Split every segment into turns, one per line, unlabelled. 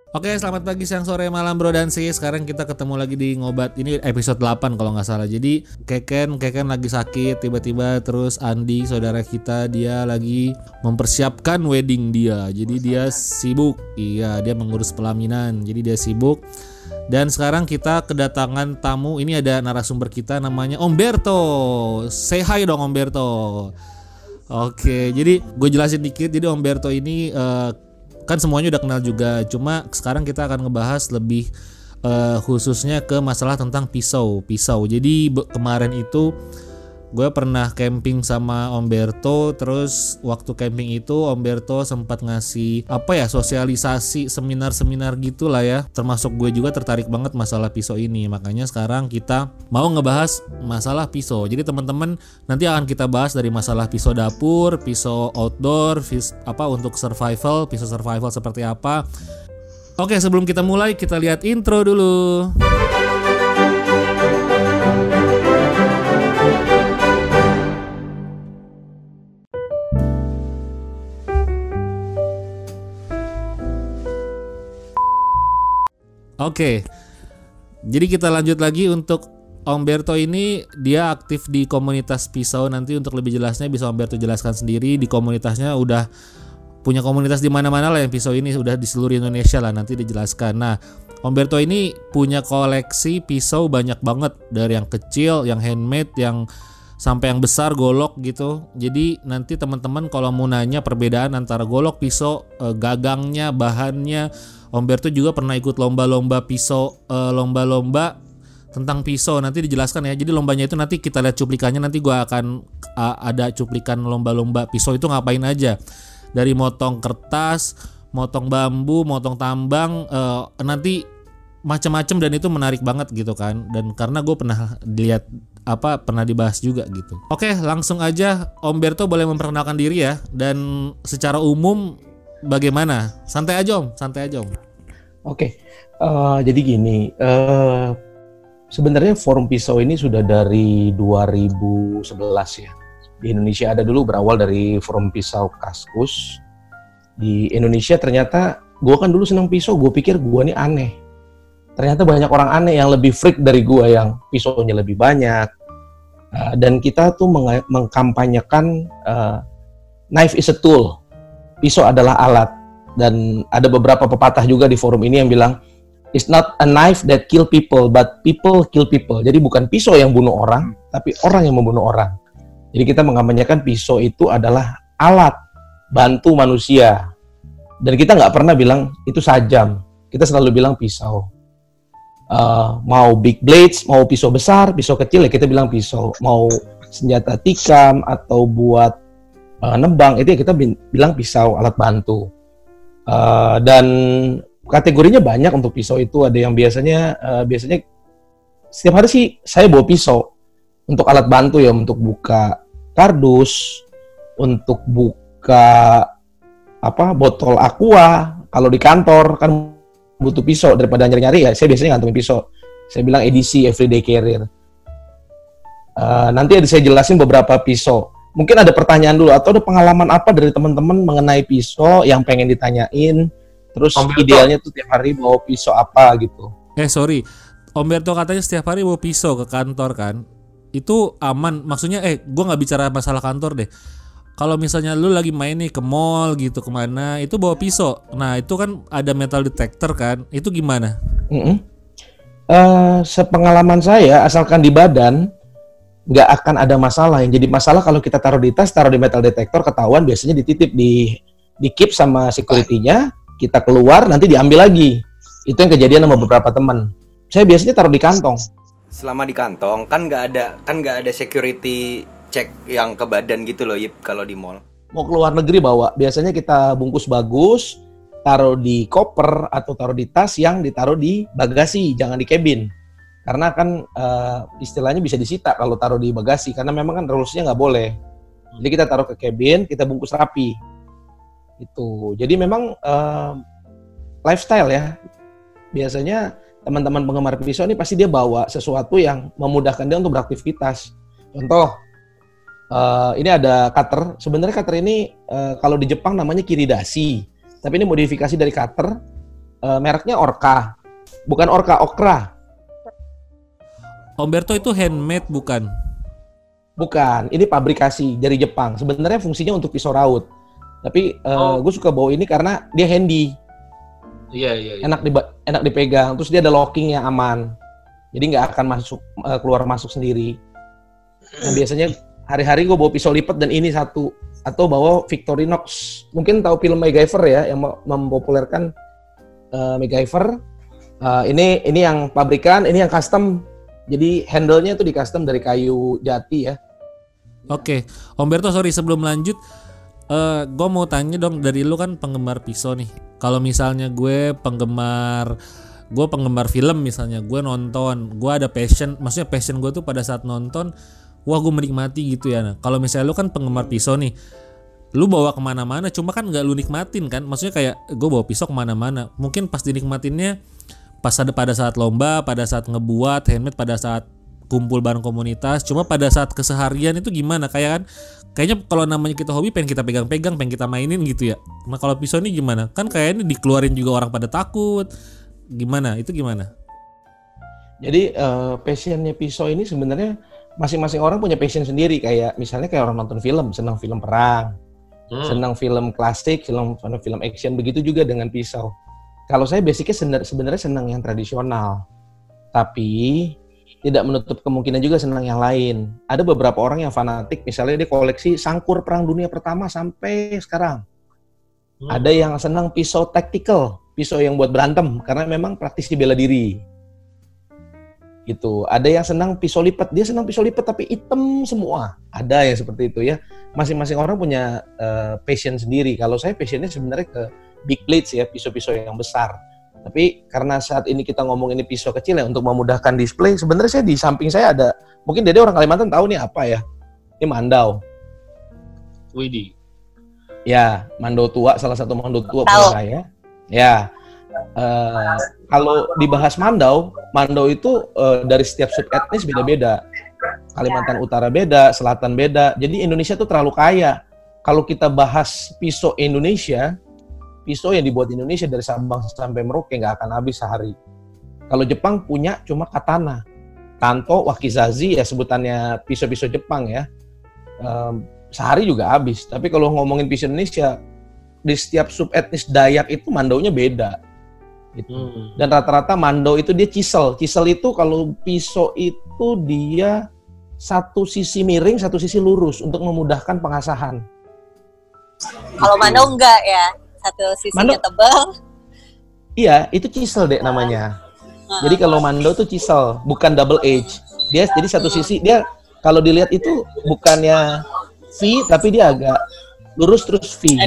Oke, selamat pagi, siang, sore, malam bro dan sis. Sekarang kita ketemu lagi di Ngobat. Ini episode 8 kalau nggak salah. Jadi Keken lagi sakit tiba-tiba. Terus Andi, saudara kita, dia lagi mempersiapkan wedding dia. Jadi dia sibuk. Iya, dia mengurus pelaminan. Jadi dia sibuk. Dan sekarang kita kedatangan tamu. Ini ada narasumber kita namanya Om Berto. Say hi dong Om Berto. Oke, jadi gue jelasin dikit. Jadi Om Berto ini kan semuanya udah kenal juga, cuma sekarang kita akan ngebahas lebih khususnya ke masalah tentang pisau. Jadi kemarin itu gue pernah camping sama Om Berto. Terus waktu camping itu Om Berto sempat ngasih sosialisasi seminar-seminar gitulah ya. Termasuk gue juga tertarik banget masalah pisau ini. Makanya sekarang kita mau ngebahas masalah pisau. Jadi teman-teman, nanti akan kita bahas dari masalah pisau dapur, pisau outdoor, untuk survival, pisau survival seperti apa. Oke, sebelum kita mulai kita lihat intro dulu. Oke, jadi kita lanjut lagi untuk Om Berto ini. Dia aktif di komunitas pisau. Nanti untuk lebih jelasnya bisa Om Berto jelaskan sendiri. Di komunitasnya udah punya komunitas di mana-mana lah yang pisau ini, udah di seluruh Indonesia lah, nanti dijelaskan. Nah, Om Berto ini punya koleksi pisau banyak banget, dari yang kecil, yang handmade, yang sampai yang besar golok gitu. Jadi nanti teman-teman kalau mau nanya perbedaan antara golok, pisau, gagangnya, bahannya, Om Berto juga pernah ikut lomba-lomba pisau, lomba-lomba tentang pisau, nanti dijelaskan ya. Jadi lombanya itu nanti kita lihat cuplikannya, nanti gua akan ada cuplikan lomba-lomba pisau itu ngapain aja. Dari motong kertas, motong bambu, motong tambang, nanti macam-macam, dan itu menarik banget gitu kan. Dan karena gue pernah lihat pernah dibahas juga gitu. Oke, langsung aja Om Berto boleh memperkenalkan diri ya. Dan secara umum bagaimana? Santai aja Om.
Oke, jadi gini, sebenarnya forum pisau ini sudah dari 2011 ya. Di Indonesia ada dulu, berawal dari forum pisau Kaskus. Di Indonesia ternyata, gue kan dulu senang pisau, gue pikir gue ini aneh. Ternyata banyak orang aneh yang lebih freak dari gue, yang pisaunya lebih banyak. Dan kita tuh mengkampanyekan knife is a tool, pisau adalah alat. Dan ada beberapa pepatah juga di forum ini yang bilang, it's not a knife that kill people, but people kill people. Jadi bukan pisau yang bunuh orang, tapi orang yang membunuh orang. Jadi kita mengkampanyekan pisau itu adalah alat bantu manusia. Dan kita nggak pernah bilang itu sajam. Kita selalu bilang pisau. Mau big blades, mau pisau besar, pisau kecil, ya kita bilang pisau. Mau senjata tikam atau buat nebang, itu ya kita bilang pisau, alat bantu. Dan kategorinya banyak untuk pisau itu. Ada yang biasanya setiap hari sih saya bawa pisau untuk alat bantu ya, untuk buka kardus, untuk buka botol aqua. Kalau di kantor kan butuh pisau, daripada nyari-nyari ya saya biasanya ngantongin pisau. Saya bilang edisi everyday carrier. Nanti saya jelasin beberapa pisau. Mungkin ada pertanyaan dulu, atau ada pengalaman apa dari teman-teman mengenai pisau yang pengen ditanyain. Terus idealnya tuh tiap hari bawa pisau apa gitu.
Sorry, Om Berto katanya setiap hari bawa pisau ke kantor kan? Itu aman? Maksudnya gue nggak bicara masalah kantor deh. Kalau misalnya lu lagi main nih ke mall gitu, kemana, itu bawa pisau. Nah itu kan ada metal detector kan? Itu gimana?
Sepengalaman saya, asalkan di badan, nggak akan ada masalah. Yang jadi masalah kalau kita taruh di tas, taruh di metal detector, ketahuan biasanya dititip di keep sama security-nya. Kita keluar, nanti diambil lagi. Itu yang kejadian sama beberapa teman. Saya biasanya taruh di kantong.
Selama di kantong kan nggak ada security check yang ke badan gitu loh, Yip, kalau di mall.
Mau keluar negeri bawa, biasanya kita bungkus bagus, taruh di koper atau taruh di tas yang ditaruh di bagasi, jangan di cabin. Karena kan istilahnya bisa disita kalau taruh di bagasi, karena memang kan rules-nya nggak boleh. Jadi kita taruh ke cabin, kita bungkus rapi. Itu. Jadi memang lifestyle ya. Biasanya teman-teman penggemar pisau ini pasti dia bawa sesuatu yang memudahkan dia untuk beraktivitas. Contoh, ini ada cutter. Sebenarnya cutter ini kalau di Jepang namanya kiridashi, tapi ini modifikasi dari cutter. mereknya Orca. Bukan Orca, Okra.
Umberto itu handmade bukan?
Bukan, ini pabrikasi dari Jepang. Sebenarnya fungsinya untuk pisau raut. Tapi gue suka bawa ini karena dia handy.
Iya.
Enak dipegang. Terus dia ada locking yang aman. Jadi nggak akan keluar masuk sendiri. Nah, biasanya hari-hari gue bawa pisau lipat dan ini satu. Atau bawa Victorinox. Mungkin tahu film MacGyver ya, yang mempopulerkan MacGyver. Ini yang pabrikan, ini yang custom. Jadi handle-nya itu di custom dari kayu jati ya.
Oke, Umberto sorry sebelum lanjut, gue mau tanya dong, dari lu kan penggemar pisau nih. Kalau misalnya gue penggemar film misalnya, gue nonton, gue ada passion, maksudnya passion gue tuh pada saat nonton, wah gue menikmati gitu ya. Nah, kalau misalnya lu kan penggemar pisau nih, lu bawa kemana-mana, cuma kan nggak lu nikmatin kan, maksudnya kayak gue bawa pisau kemana-mana, mungkin pas dinikmatinnya pas ada pada saat lomba, pada saat ngebuat handmade, pada saat kumpul bareng komunitas. Cuma pada saat keseharian itu gimana? Kayaknya kalau namanya kita hobi pengen kita pegang-pegang, pengen kita mainin gitu ya. Nah kalau pisau ini gimana? Kan kayaknya dikeluarin juga orang pada takut. Gimana? Itu gimana?
Jadi passionnya pisau ini sebenarnya masing-masing orang punya passion sendiri. Kayak misalnya kayak orang nonton film, senang film perang, senang film klasik, film action. Begitu juga dengan pisau. Kalau saya basicnya sebenarnya senang yang tradisional. Tapi tidak menutup kemungkinan juga senang yang lain. Ada beberapa orang yang fanatik, misalnya dia koleksi sangkur Perang Dunia Pertama sampai sekarang. Ada yang senang pisau tactical, pisau yang buat berantem, karena memang praktisi bela diri. Gitu. Ada yang senang pisau lipat, dia senang pisau lipat tapi hitam semua. Ada yang seperti itu ya. Masing-masing orang punya passion sendiri. Kalau saya passionnya sebenarnya ke big blades ya, pisau-pisau yang besar. Tapi karena saat ini kita ngomong ini pisau kecil ya untuk memudahkan display, sebenarnya saya di samping saya ada, mungkin Dede orang Kalimantan tahu nih apa ya? Ini mandau.
Widih.
Ya, mandau tua, salah satu mandau tua punya saya. Ya, kalau dibahas mandau itu dari setiap subetnis beda-beda. Kalimantan Utara beda, Selatan beda. Jadi Indonesia tuh terlalu kaya. Kalau kita bahas pisau Indonesia, pisau yang dibuat di Indonesia dari Sabang sampai Merauke nggak akan habis sehari. Kalau Jepang punya cuma katana, tanto, wakizashi ya sebutannya pisau-pisau Jepang ya. Sehari juga habis. Tapi kalau ngomongin pisau Indonesia, di setiap subetnis Dayak itu mandaunya beda. Gitu. Dan rata-rata mandau itu dia chisel. Chisel itu kalau pisau itu dia satu sisi miring, satu sisi lurus untuk memudahkan pengasahan.
Kalau mandau enggak ya? Satu sisinya tebal.
Iya, itu chisel deh namanya. Jadi kalau mandau tuh chisel, bukan double edge. Dia jadi satu sisi, dia kalau dilihat itu bukannya V, tapi dia agak lurus terus V.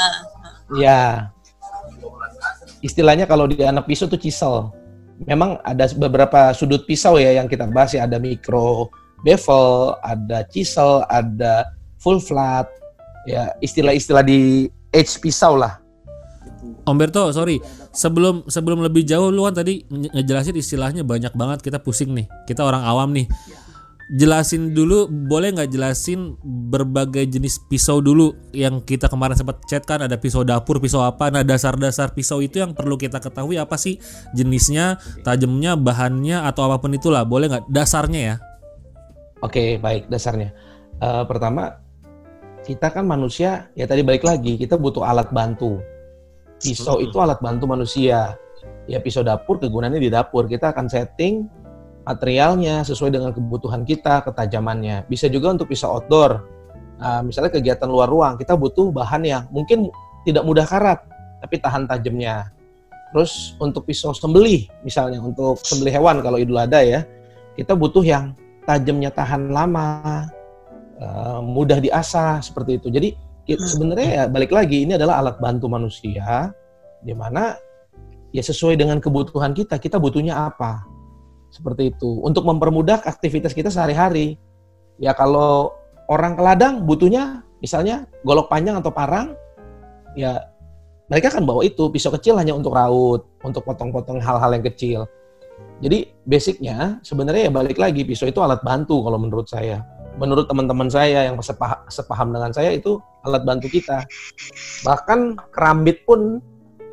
Ya. Istilahnya kalau di anak pisau tuh chisel. Memang ada beberapa sudut pisau ya yang kita bahas ya, ada micro bevel, ada chisel, ada full flat. Ya, istilah-istilah di edge pisau lah.
Umberto, sorry. Sebelum lebih jauh, lu kan tadi ngejelasin istilahnya banyak banget, kita pusing nih. Kita orang awam nih. Jelasin dulu, boleh nggak jelasin berbagai jenis pisau dulu yang kita kemarin sempat chat kan, ada pisau dapur, pisau apa. Nah, dasar-dasar pisau itu yang perlu kita ketahui apa sih jenisnya, tajamnya, bahannya, atau apapun itulah. Boleh nggak dasarnya ya?
Oke, baik dasarnya. Pertama, kita kan manusia, ya tadi balik lagi, kita butuh alat bantu. Pisau itu alat bantu manusia. Ya pisau dapur kegunaannya di dapur. Kita akan setting materialnya sesuai dengan kebutuhan kita, ketajamannya. Bisa juga untuk pisau outdoor. Misalnya kegiatan luar ruang, kita butuh bahan yang mungkin tidak mudah karat, tapi tahan tajamnya. Terus untuk pisau sembelih, misalnya untuk sembelih hewan kalau Idul Adha ya, kita butuh yang tajamnya tahan lama, mudah diasah seperti itu. Jadi sebenarnya ya balik lagi ini adalah alat bantu manusia, di mana ya sesuai dengan kebutuhan kita butuhnya apa, seperti itu. Untuk mempermudah aktivitas kita sehari-hari. Ya kalau orang ke ladang butuhnya misalnya golok panjang atau parang, ya mereka akan bawa itu. Pisau kecil hanya untuk raut, untuk potong-potong hal-hal yang kecil. Jadi basicnya sebenarnya ya balik lagi, pisau itu alat bantu kalau menurut saya. Menurut teman-teman saya yang sepaham dengan saya, itu alat bantu kita. Bahkan kerambit pun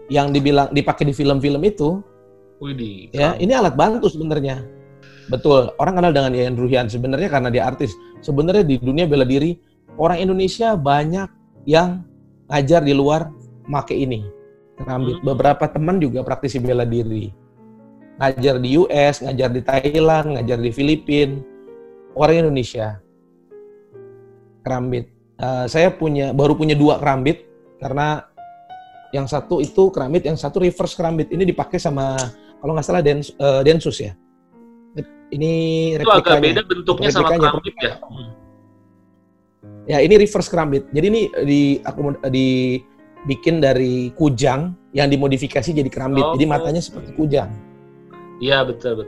yang dipakai di film-film itu,
Widih.
ya ini alat bantu sebenarnya. Betul, orang kenal dengan Yayan Ruhian sebenarnya karena dia artis. Sebenarnya di dunia bela diri, orang Indonesia banyak yang ngajar di luar make ini, kerambit. Beberapa teman juga praktisi bela diri. Ngajar di US, ngajar di Thailand, ngajar di Filipina. Orang Indonesia. Kerambit. Saya baru punya 2 kerambit karena yang satu itu kerambit, yang satu reverse kerambit. Ini dipakai sama kalau nggak salah Densus ya. Ini
Itu agak
replikanya.
beda bentuknya sama kerambit ya.
Ya ini reverse kerambit. Jadi ini dibikin dari kujang yang dimodifikasi jadi kerambit. Jadi matanya seperti kujang.
Iya betul.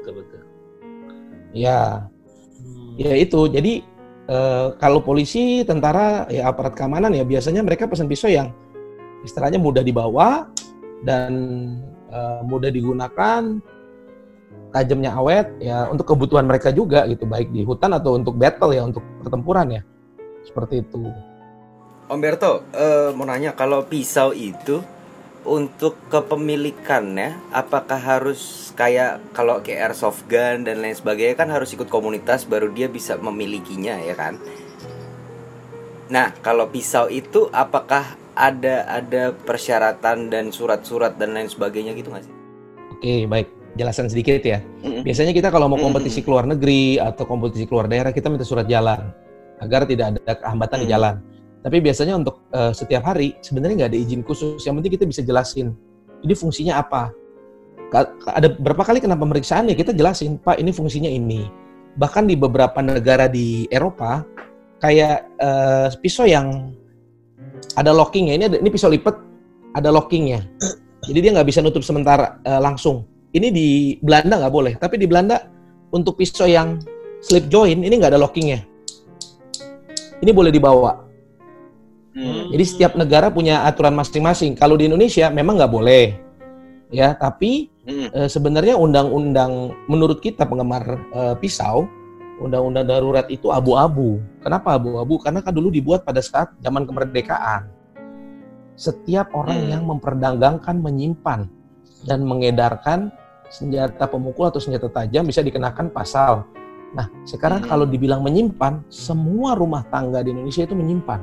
Ya, ya itu. Jadi kalau polisi, tentara, ya aparat keamanan ya biasanya mereka pesan pisau yang istilahnya mudah dibawa dan mudah digunakan, tajamnya awet ya untuk kebutuhan mereka juga gitu, baik di hutan atau untuk battle ya, untuk pertempuran ya, seperti itu.
Om Berto, mau nanya, kalau pisau itu untuk kepemilikannya apakah harus kayak kalau kayak airsoft gun dan lain sebagainya kan harus ikut komunitas baru dia bisa memilikinya ya kan? Nah kalau pisau itu apakah ada persyaratan dan surat-surat dan lain sebagainya gitu nggak sih?
Oke, baik. Jelasan sedikit ya. Biasanya kita kalau mau kompetisi ke luar negeri atau kompetisi ke luar daerah, kita minta surat jalan agar tidak ada hambatan di jalan. Tapi biasanya untuk setiap hari sebenarnya nggak ada izin khusus. Yang penting kita bisa jelasin ini fungsinya apa. Ada berapa kali kena pemeriksaan ya kita jelasin, Pak ini fungsinya ini. Bahkan di beberapa negara di Eropa kayak pisau yang ada lockingnya, ini pisau lipat ada lockingnya. Jadi dia nggak bisa nutup sementara langsung. Ini di Belanda nggak boleh, tapi di Belanda untuk pisau yang slip joint ini nggak ada lockingnya. Ini boleh dibawa. Jadi setiap negara punya aturan masing-masing. Kalau di Indonesia memang nggak boleh, ya. Tapi sebenarnya undang-undang menurut kita penggemar pisau, undang-undang darurat itu abu-abu. Kenapa abu-abu? Karena kan dulu dibuat pada saat zaman kemerdekaan. Setiap orang yang memperdagangkan, menyimpan dan mengedarkan senjata pemukul atau senjata tajam bisa dikenakan pasal. Nah, sekarang kalau dibilang menyimpan, semua rumah tangga di Indonesia itu menyimpan.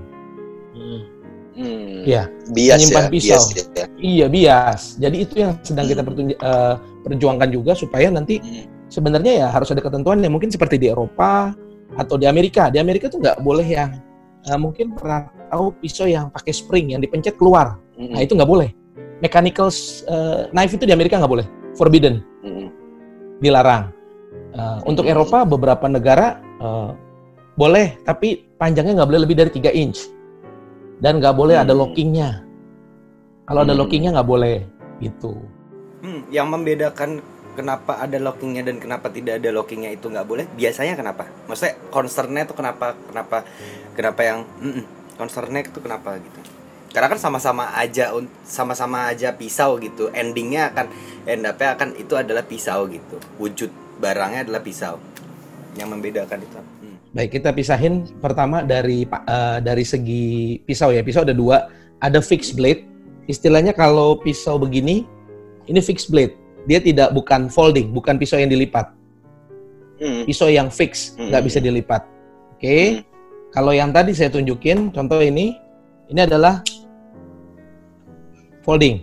Ya,
bias
menyimpan
ya,
pisau.
bias ya.
Iya, bias. Jadi itu yang sedang kita perjuangkan juga supaya nanti sebenarnya ya harus ada ketentuan yang mungkin seperti di Eropa atau di Amerika. Di Amerika tuh nggak boleh yang mungkin pernah tahu pisau yang pakai spring yang dipencet keluar. Nah itu nggak boleh. Mechanical knife itu di Amerika nggak boleh, forbidden, dilarang. Untuk Eropa beberapa negara boleh, tapi panjangnya nggak boleh lebih dari 3 inch dan nggak boleh ada lockingnya. Kalau ada lockingnya nggak boleh, gitu.
Yang membedakan kenapa ada lockingnya dan kenapa tidak ada lockingnya itu nggak boleh, biasanya kenapa? Maksudnya concernnya itu kenapa yang concernnya itu kenapa gitu? Karena kan sama-sama aja pisau gitu. Endingnya akan itu adalah pisau gitu. Wujud barangnya adalah pisau. Yang membedakan itu.
Baik, kita pisahin pertama dari segi pisau ya. Pisau ada 2, ada fixed blade. Istilahnya kalau pisau begini, ini fixed blade. Dia bukan folding, bukan pisau yang dilipat. Pisau yang fix, nggak bisa dilipat. Oke. Kalau yang tadi saya tunjukin, contoh ini adalah folding.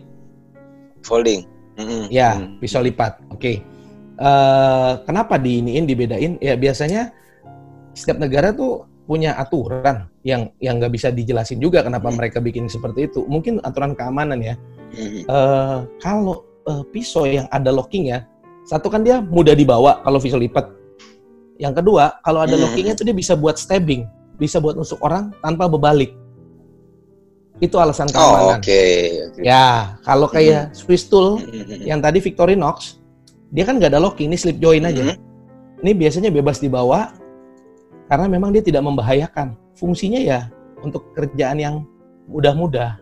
Ya, pisau lipat. Oke. Kenapa dibedain? Ya biasanya setiap negara tuh punya aturan yang nggak bisa dijelasin juga kenapa mereka bikin seperti itu. Mungkin aturan keamanan ya. Kalau pisau yang ada lockingnya, satu kan dia mudah dibawa kalau pisau lipat. Yang kedua, kalau ada lockingnya tuh dia bisa buat stabbing, bisa buat nusuk orang tanpa berbalik. Itu alasan keamanan. Ya, kalau kayak Swiss tool yang tadi Victorinox, dia kan nggak ada locking, ini slip joint aja. Ini biasanya bebas dibawa karena memang dia tidak membahayakan. Fungsinya ya untuk kerjaan yang mudah-mudah.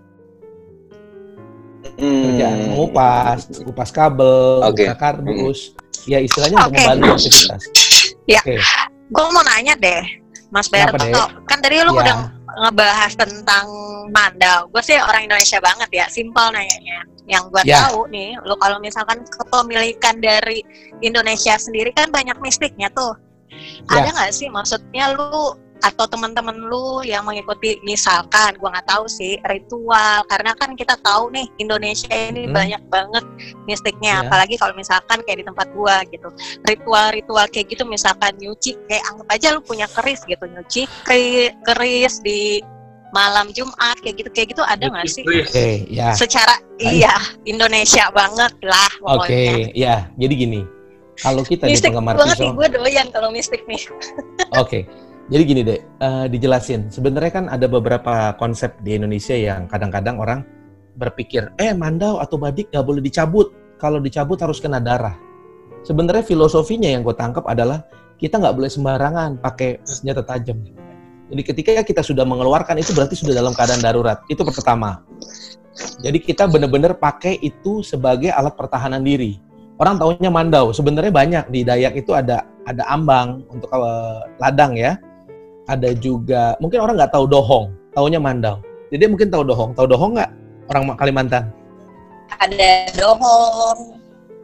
Kerjaan mengupas kabel, buka kardus. Ya istilahnya untuk membantu aktivitas.
Ya, gue mau nanya deh, Mas Berto. Kan tadi lu udah ngebahas tentang Mandau. Gue sih orang Indonesia banget ya, simpel nanyanya. Yang gue tahu nih, lu kalau misalkan kepemilikan dari Indonesia sendiri kan banyak mistiknya tuh. Ada nggak sih maksudnya lu atau teman-teman lu yang mengikuti, misalkan gue nggak tahu sih, ritual, karena kan kita tahu nih Indonesia ini banyak banget mistiknya, apalagi kalau misalkan kayak di tempat gue gitu, ritual-ritual kayak gitu, misalkan nyuci, kayak anggap aja lu punya keris gitu, nyuci keris di malam Jumat kayak gitu ada nggak sih? Secara Indonesia banget lah pokoknya.
Jadi gini, kalau kita
mistik
di penggemar
banget
pisau,
nih, gue doyan kalau mistik nih.
Jadi gini deh, dijelasin. Sebenarnya kan ada beberapa konsep di Indonesia yang kadang-kadang orang berpikir, Mandau atau badik nggak boleh dicabut. Kalau dicabut harus kena darah. Sebenarnya filosofinya yang gue tangkap adalah kita nggak boleh sembarangan pakai senjata tajam. Jadi ketika kita sudah mengeluarkan itu berarti sudah dalam keadaan darurat. Itu pertama. Jadi kita benar-benar pakai itu sebagai alat pertahanan diri. Orang taunya Mandau. Sebenarnya banyak di Dayak itu ada ambang untuk ladang ya. Ada juga, mungkin orang nggak tahu dohong, taunya Mandau. Jadi mungkin tahu dohong. Tahu dohong nggak orang Kalimantan?
Ada dohong.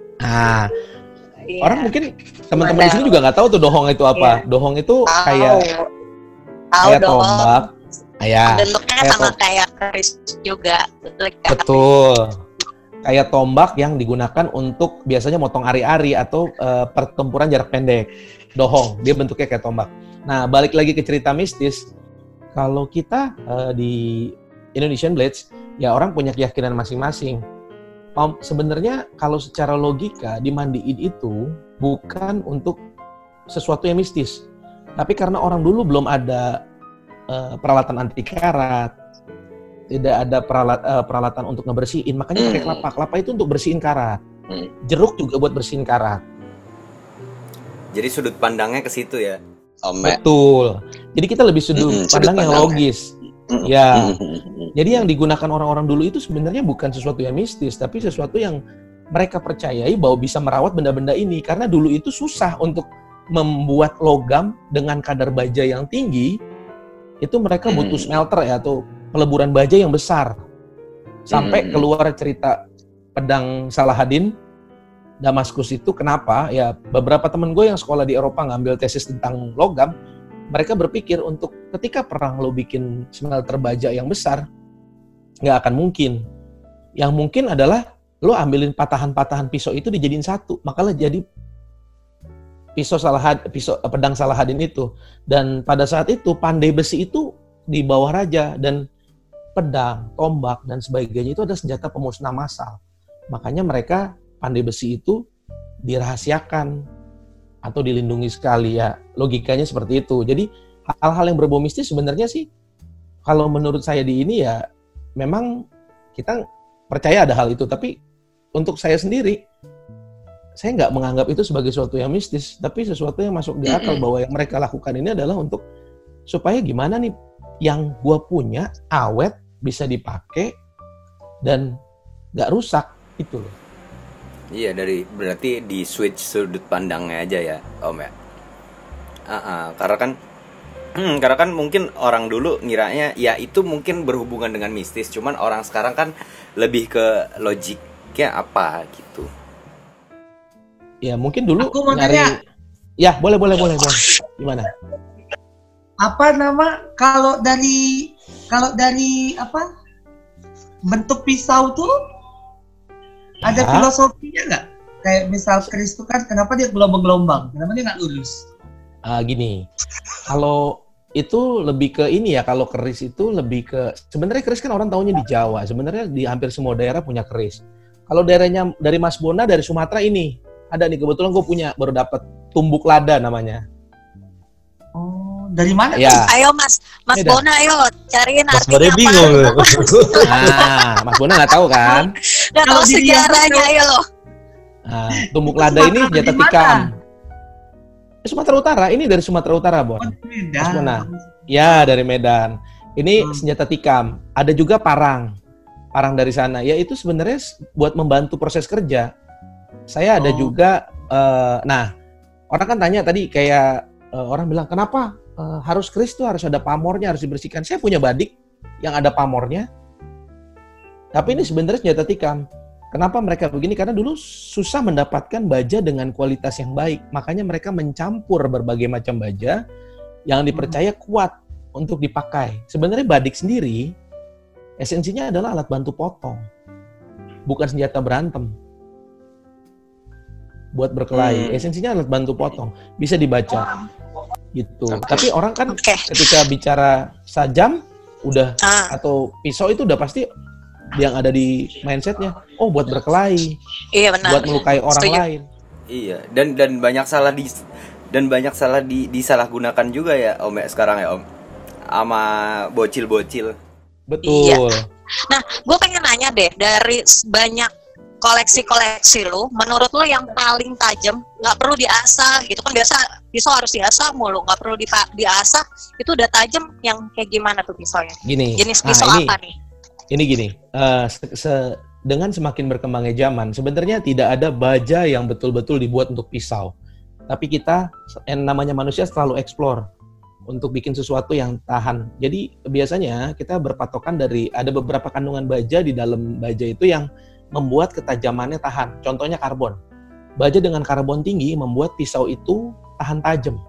Orang mungkin teman-teman di sini juga nggak tahu tuh dohong itu apa. Dohong itu kayak tombak.
Bentuknya sama kayak keris juga.
Betul. Kayak tombak yang digunakan untuk biasanya motong ari-ari atau pertempuran jarak pendek. Dohong, dia bentuknya kayak tombak. Nah, balik lagi ke cerita mistis. Kalau kita di Indonesian Blades, ya orang punya keyakinan masing-masing. Sebenarnya kalau secara logika dimandiin itu bukan untuk sesuatu yang mistis. Tapi karena orang dulu belum ada peralatan anti karat, tidak ada peralatan untuk ngebersihin, makanya pakai kelapa. Kelapa itu untuk bersihin karat. Jeruk juga buat bersihin karat.
Jadi sudut pandangnya ke situ ya.
Betul. Jadi kita lebih sudut pandang yang logis. Jadi yang digunakan orang-orang dulu itu sebenarnya bukan sesuatu yang mistis, tapi sesuatu yang mereka percayai bahwa bisa merawat benda-benda ini. Karena dulu itu susah untuk membuat logam dengan kadar baja yang tinggi. Itu mereka butuh smelter ya, atau peleburan baja yang besar. Sampai keluar cerita pedang Salahaddin Damaskus itu. Kenapa? Ya beberapa temen gue yang sekolah di Eropa ngambil tesis tentang logam, mereka berpikir untuk ketika perang lo bikin smelter baja yang besar, nggak akan mungkin. Yang mungkin adalah lo ambilin patahan-patahan pisau itu dijadiin satu, makalah jadi pedang Salahaddin itu. Dan pada saat itu pandai besi itu di bawah raja, dan pedang, tombak dan sebagainya itu ada senjata pemusnah massal. Makanya mereka pandai besi itu dirahasiakan atau dilindungi sekali ya. Logikanya seperti itu. Jadi hal-hal yang berbau mistis sebenarnya sih kalau menurut saya di ini ya memang kita percaya ada hal itu, tapi untuk saya sendiri saya nggak menganggap itu sebagai sesuatu yang mistis, tapi sesuatu yang masuk di akal bahwa yang mereka lakukan ini adalah untuk supaya gimana nih yang gua punya awet, bisa dipakai dan nggak rusak itu loh.
Iya, berarti di switch sudut pandangnya aja ya, Om ya. Karena kan mungkin orang dulu ngiranya ya itu mungkin berhubungan dengan mistis, cuman orang sekarang kan lebih ke logiknya apa gitu.
Ya mungkin dulu
aku mau tanya.
Ya boleh. Gimana?
Apa nama kalau dari apa bentuk pisau tuh ada filosofinya nggak? Kayak misal keris itu kan kenapa dia gelombang-gelombang? Kenapa dia nggak lurus?
Gini, kalau itu lebih ke ini ya, kalau keris itu lebih ke, sebenarnya keris kan orang taunya di Jawa, sebenarnya di hampir semua daerah punya keris. Kalau daerahnya dari Mas Bona dari Sumatera ini, ada nih kebetulan gue punya, baru dapat tumbuk lada namanya.
Oh, dari mana?
Ya.
Ayo Mas Bona, ayo cariin
Mas
artinya
Bona bingung.
Nah, Mas Bona nggak tahu kan?
Nggak tahu sejarahnya, ayo.
Nah, tumbuk lada ini senjata tikam. Sumatera Utara, ini dari Sumatera Utara, Bon. Mas Bona. Ya, dari Medan. Ini senjata tikam. Ada juga parang dari sana. Ya itu sebenarnya buat membantu proses kerja. Saya ada juga, nah orang kan tanya tadi kayak orang bilang kenapa harus keris tuh harus ada pamornya, harus dibersihkan. Saya punya badik yang ada pamornya, tapi ini sebenarnya senjata tikam. Kenapa mereka begini? Karena dulu susah mendapatkan baja dengan kualitas yang baik. Makanya mereka mencampur berbagai macam baja yang dipercaya kuat untuk dipakai. Sebenarnya badik sendiri, esensinya adalah alat bantu potong. Bukan senjata berantem. Buat berkelahi. Esensinya alat bantu potong. Bisa dibaca. Gitu. Tapi orang kan ketika bicara sajam, udah atau pisau itu udah pasti yang ada di mindsetnya, oh buat berkelahi,
iya, benar.
Buat melukai orang lain.
Iya, dan banyak salah disalahgunakan juga ya Om ya sekarang ya Om, sama bocil-bocil.
Betul.
Iya. Nah, gue pengen nanya deh, dari banyak koleksi lu, menurut lu yang paling tajam, nggak perlu diasah gitu kan, biasa pisau harus diasah mulu, nggak perlu diasah, itu udah tajam, yang kayak gimana tuh pisaunya?
Gini,
jenis pisau apa nih?
Ini gini, dengan semakin berkembangnya zaman, sebenarnya tidak ada baja yang betul-betul dibuat untuk pisau. Tapi kita, yang namanya manusia selalu explore untuk bikin sesuatu yang tahan. Jadi biasanya kita berpatokan dari ada beberapa kandungan baja di dalam baja itu yang membuat ketajamannya tahan. Contohnya karbon. Baja dengan karbon tinggi membuat pisau itu tahan tajam.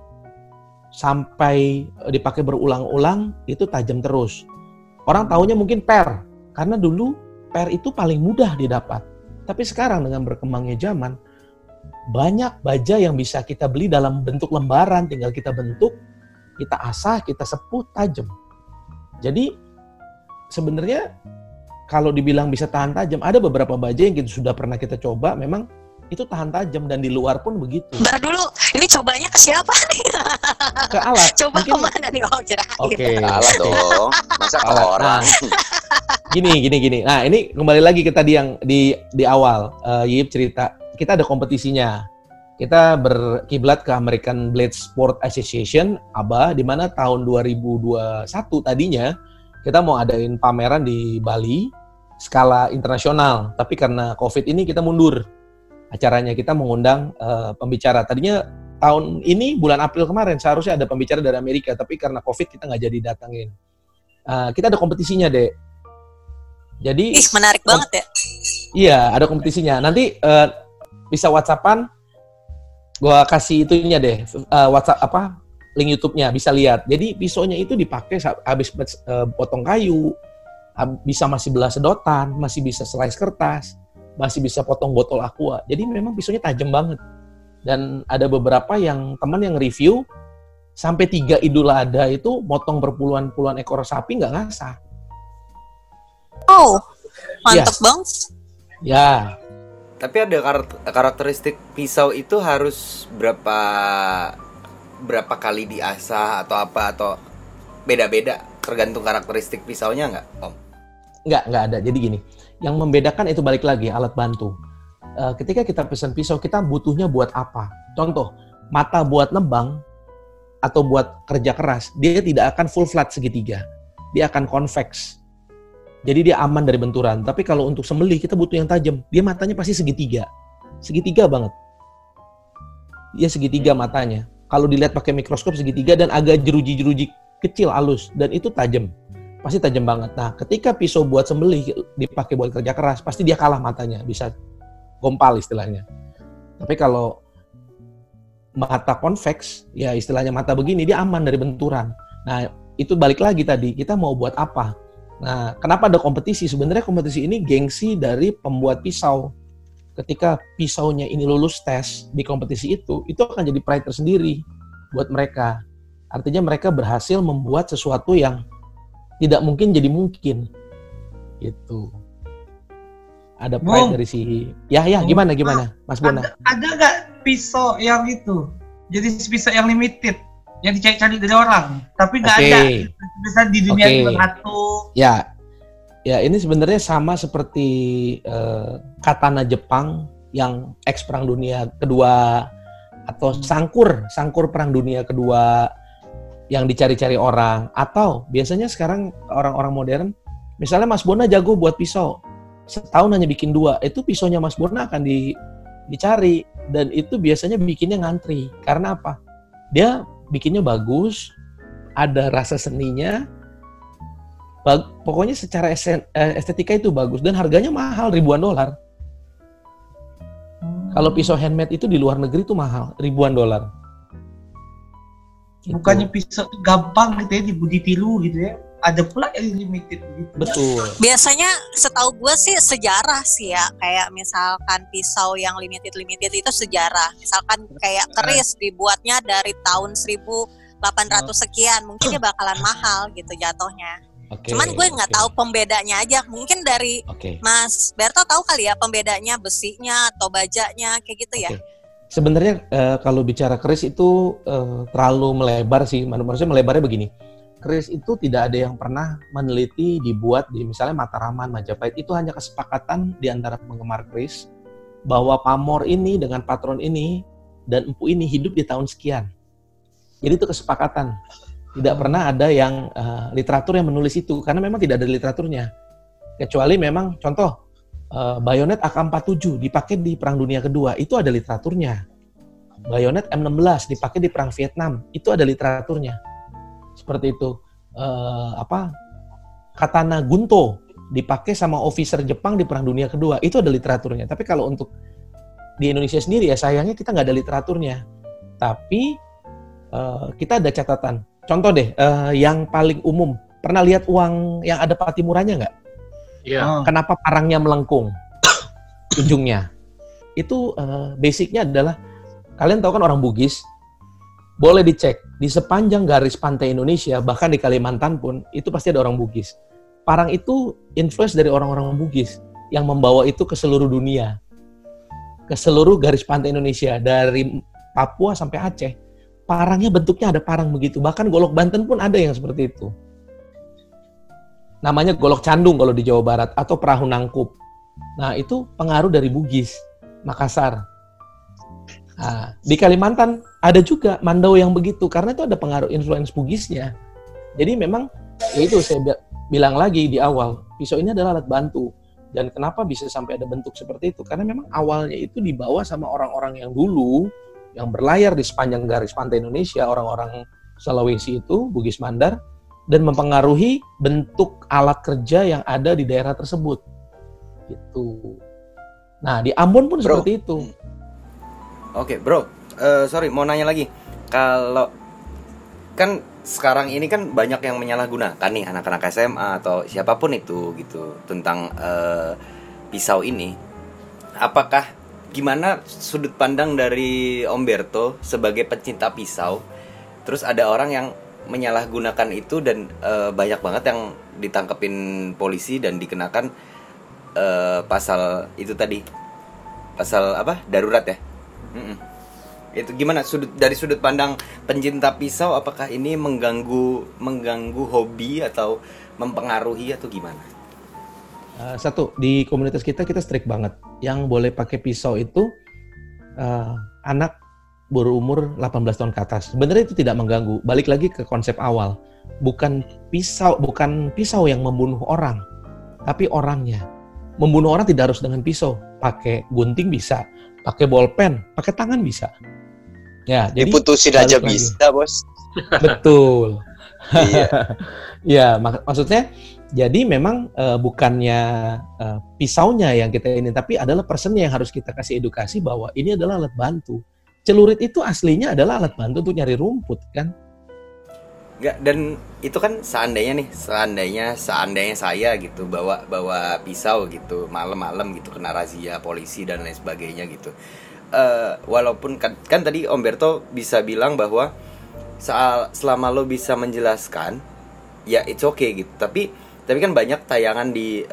Sampai dipakai berulang-ulang, itu tajam terus. Orang taunya mungkin per. Karena dulu per itu paling mudah didapat. Tapi sekarang dengan berkembangnya zaman, banyak baja yang bisa kita beli dalam bentuk lembaran, tinggal kita bentuk, kita asah, kita sepuh, tajam. Jadi sebenarnya kalau dibilang bisa tahan tajam, ada beberapa baja yang sudah pernah kita coba, memang itu tahan tajam dan di luar pun begitu.
Bentar dulu, ini cobanya ke siapa nih?
Ke alat.
Coba
mungkin...
kemana nih? Oh, kirain.
Oke.
Alat dong, masa ke orang.
Gini. Nah, ini kembali lagi ke tadi yang di awal. Yip cerita, kita ada kompetisinya. Kita berkiblat ke American Blade Sport Association, ABA, di mana tahun 2021 tadinya kita mau adain pameran di Bali, skala internasional. Tapi karena COVID ini kita mundur acaranya, kita mengundang pembicara. Tadinya tahun ini, bulan April kemarin, seharusnya ada pembicara dari Amerika, tapi karena COVID kita nggak jadi datangin. Kita ada kompetisinya, Dek. Jadi
menarik banget ya.
Iya, ada kompetisinya. Nanti bisa WhatsApp-an, gua kasih itunya deh, WhatsApp link YouTube-nya, bisa lihat. Jadi pisaunya itu dipakai habis potong kayu, bisa masih belah sedotan, masih bisa slice kertas, masih bisa potong botol aqua. Jadi memang pisaunya tajam banget. Dan ada beberapa yang teman yang review sampai 3 Idul Adha itu motong berpuluhan-puluhan ekor sapi nggak ngasah.
Oh, mantep banget.
Ya.
Tapi ada karakteristik pisau itu harus berapa kali diasah atau apa, atau beda-beda tergantung karakteristik pisaunya nggak, Om?
Nggak ada. Jadi gini, yang membedakan itu balik lagi alat bantu. Ketika kita pesan pisau, kita butuhnya buat apa? Contoh, mata buat nebang atau buat kerja keras, dia tidak akan full flat segitiga. Dia akan convex. Jadi dia aman dari benturan. Tapi kalau untuk sembelih kita butuh yang tajam. Dia matanya pasti segitiga. Segitiga banget. Dia segitiga matanya. Kalau dilihat pakai mikroskop segitiga dan agak jeruji-jeruji kecil halus. Dan itu tajam. Pasti tajam banget. Nah, ketika pisau buat sembelih dipakai buat kerja keras, pasti dia kalah matanya. Bisa gompal istilahnya. Tapi kalau mata convex, ya istilahnya mata begini, dia aman dari benturan. Nah, itu balik lagi tadi. Kita mau buat apa? Nah, kenapa ada kompetisi? Sebenarnya kompetisi ini gengsi dari pembuat pisau. Ketika pisaunya ini lulus tes di kompetisi itu akan jadi pride tersendiri buat mereka. Artinya mereka berhasil membuat sesuatu yang tidak mungkin jadi mungkin. Gitu. Ada pride dari si... Ya, gimana, Mas Bona?
Ada nggak pisau yang itu? Jadi pisau yang limited, yang dicari-cari dari orang, tapi nggak ada. Bisa di dunia satu.
Ya, ini sebenarnya sama seperti katana Jepang yang eks Perang Dunia Kedua atau sangkur Perang Dunia Kedua yang dicari-cari orang. Atau biasanya sekarang orang-orang modern, misalnya Mas Bona jago buat pisau, setahun hanya bikin 2, itu pisaunya Mas Bona akan dicari dan itu biasanya bikinnya ngantri. Karena apa? Dia bikinnya bagus, ada rasa seninya. Pokoknya secara estetika itu bagus dan harganya mahal, ribuan dolar. Kalau pisau handmade itu di luar negeri itu mahal, ribuan dolar.
Bukannya pisau itu gampang gitu ya, ditiru gitu ya. Ada pula yang limited gitu.
Betul.
Biasanya setahu gue sih sejarah sih ya, kayak misalkan pisau yang limited itu sejarah. Misalkan kayak keris dibuatnya dari tahun 1800 sekian, mungkin dia bakalan mahal gitu jatuhnya. Cuman gue nggak tahu pembedanya aja. Mungkin dari Mas Berto tahu kali ya pembedanya besinya atau bajanya kayak gitu ya.
Sebenarnya kalau bicara keris itu terlalu melebar sih. Maksudnya melebarnya begini. Keris itu tidak ada yang pernah meneliti dibuat di misalnya Mataraman, Majapahit. Itu hanya kesepakatan di antara penggemar keris bahwa pamor ini dengan patron ini dan empu ini hidup di tahun sekian. Jadi itu kesepakatan. Tidak pernah ada yang literatur yang menulis itu karena memang tidak ada literaturnya. Kecuali memang contoh bayonet AK-47 dipakai di Perang Dunia Kedua, itu ada literaturnya. Bayonet M16 dipakai di Perang Vietnam, itu ada literaturnya. Seperti itu. Katana Gunto dipakai sama officer Jepang di Perang Dunia Kedua, itu ada literaturnya. Tapi kalau untuk di Indonesia sendiri ya sayangnya kita nggak ada literaturnya. Tapi kita ada catatan. Contoh deh, yang paling umum, pernah lihat uang yang ada patimuranya nggak?
Iya.
Kenapa parangnya melengkung ujungnya? Itu basicnya adalah, kalian tahu kan orang Bugis, boleh dicek di sepanjang garis pantai Indonesia, bahkan di Kalimantan pun itu pasti ada orang Bugis. Parang itu influence dari orang-orang Bugis yang membawa itu ke seluruh dunia, ke seluruh garis pantai Indonesia dari Papua sampai Aceh. Parangnya bentuknya ada parang begitu, bahkan golok Banten pun ada yang seperti itu. Namanya golok candung kalau di Jawa Barat atau perahu nangkup. Nah itu pengaruh dari Bugis, Makassar. Nah, di Kalimantan ada juga Mandau yang begitu karena itu ada pengaruh influence Bugisnya. Jadi memang ya itu saya bilang lagi di awal, pisau ini adalah alat bantu. Dan kenapa bisa sampai ada bentuk seperti itu? Karena memang awalnya itu dibawa sama orang-orang yang dulu yang berlayar di sepanjang garis pantai Indonesia, orang-orang Sulawesi itu, Bugis Mandar, dan mempengaruhi bentuk alat kerja yang ada di daerah tersebut. Gitu. Nah, di Ambon pun seperti itu.
Oke, bro. Sorry, mau nanya lagi. Kalau kan sekarang ini kan banyak yang menyalahgunakan nih anak-anak SMA atau siapapun itu gitu tentang pisau ini. Apakah gimana sudut pandang dari Om Berto sebagai pecinta pisau? Terus ada orang yang menyalahgunakan itu dan banyak banget yang ditangkepin polisi dan dikenakan pasal itu tadi. Pasal apa? Darurat ya? Itu gimana dari sudut pandang pencinta pisau, apakah ini mengganggu hobi atau mempengaruhi atau gimana?
Satu, di komunitas kita strict banget. Yang boleh pakai pisau itu anak berumur 18 tahun ke atas. Sebenarnya itu tidak mengganggu. Balik lagi ke konsep awal. Bukan pisau yang membunuh orang, tapi orangnya. Membunuh orang tidak harus dengan pisau. Pakai gunting bisa, pakai bolpen, pakai tangan bisa. Ya, jadi
diputusin aja bisa, Bos.
Betul.
Iya.
Ya, maksudnya jadi memang bukannya pisaunya yang kita ini, tapi adalah personnya yang harus kita kasih edukasi bahwa ini adalah alat bantu. Celurit itu aslinya adalah alat bantu untuk nyari rumput, kan?
Enggak, dan itu kan seandainya saya gitu bawa pisau gitu malam-malam gitu kena razia polisi dan lain sebagainya gitu. Walaupun kan tadi Om Berto bisa bilang bahwa selama lo bisa menjelaskan ya it's okay gitu. Tapi kan banyak tayangan di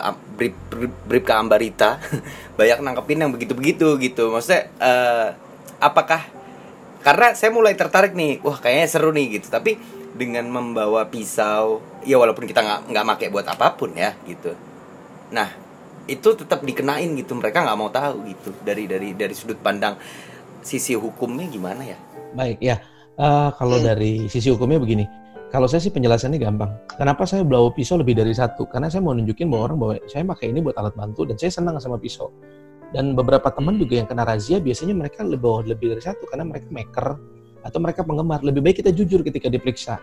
Bribka Ambarita banyak nangkepin yang begitu-begitu gitu. Maksudnya apakah karena saya mulai tertarik nih, wah kayaknya seru nih gitu. Tapi dengan membawa pisau, ya walaupun kita nggak pakai buat apapun ya gitu. Nah itu tetap dikenain gitu, mereka nggak mau tahu gitu dari sudut pandang sisi hukumnya gimana ya?
Baik ya, kalau dari sisi hukumnya begini. Kalau saya sih penjelasannya gampang. Kenapa saya bawa pisau lebih dari satu? Karena saya mau nunjukin bahwa saya pakai ini buat alat bantu dan saya senang sama pisau. Dan beberapa teman juga yang kena razia biasanya mereka bawa lebih dari satu karena mereka maker atau mereka penggemar. Lebih baik kita jujur ketika diperiksa.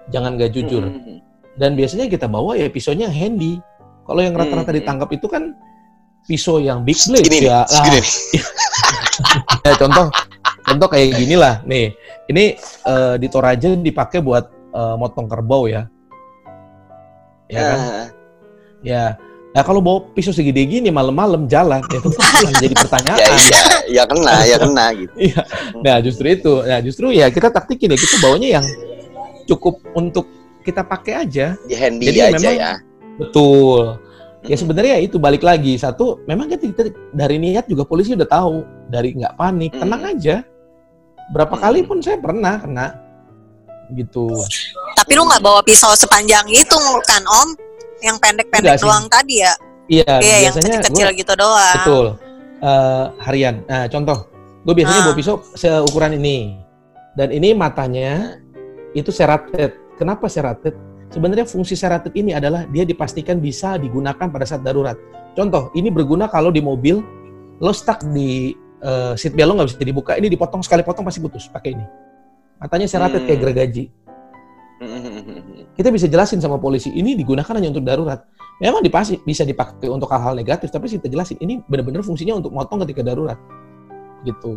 jangan nggak jujur. Dan biasanya kita bawa ya pisaunya handy. Kalau yang rata-rata ditangkap itu kan pisau yang big blade
Segini
ya.
segini.
Ya, contoh kayak gini lah. Nih, ini di Toraja dipakai buat motong kerbau ya. Ya kan? Ya. Nah, kalau bawa pisau segede gini malam-malam jalan, ya itu kan jadi pertanyaan.
Ya kena gitu.
Iya. Nah, justru ya kita taktikin ya, kita bawanya yang cukup untuk kita pakai aja.
Ya handy
Jadi
aja
memang,
ya.
Betul. Ya sebenarnya itu balik lagi. Satu, memang kita dari niat juga polisi udah tahu. Dari nggak panik, tenang aja. Berapa kali pun saya pernah kena. Gitu.
Tapi lu nggak bawa pisau sepanjang itu kan, Om? Yang pendek-pendek doang tadi ya?
Iya,
yang
biasanya
kecil-kecil gitu doang.
Betul. Harian. Nah, contoh. Gue biasanya bawa pisau seukuran ini. Dan ini matanya itu serrated. Kenapa serrated? Sebenarnya fungsi serrated ini adalah dia dipastikan bisa digunakan pada saat darurat. Contoh, ini berguna kalau di mobil, lo stuck di seat belt lo nggak bisa dibuka, ini dipotong, sekali potong pasti putus, pakai ini. Matanya serrated kayak gergaji. Kita bisa jelasin sama polisi, ini digunakan hanya untuk darurat. Memang bisa dipakai untuk hal-hal negatif, tapi kita jelasin, ini benar-benar fungsinya untuk motong ketika darurat. Gitu.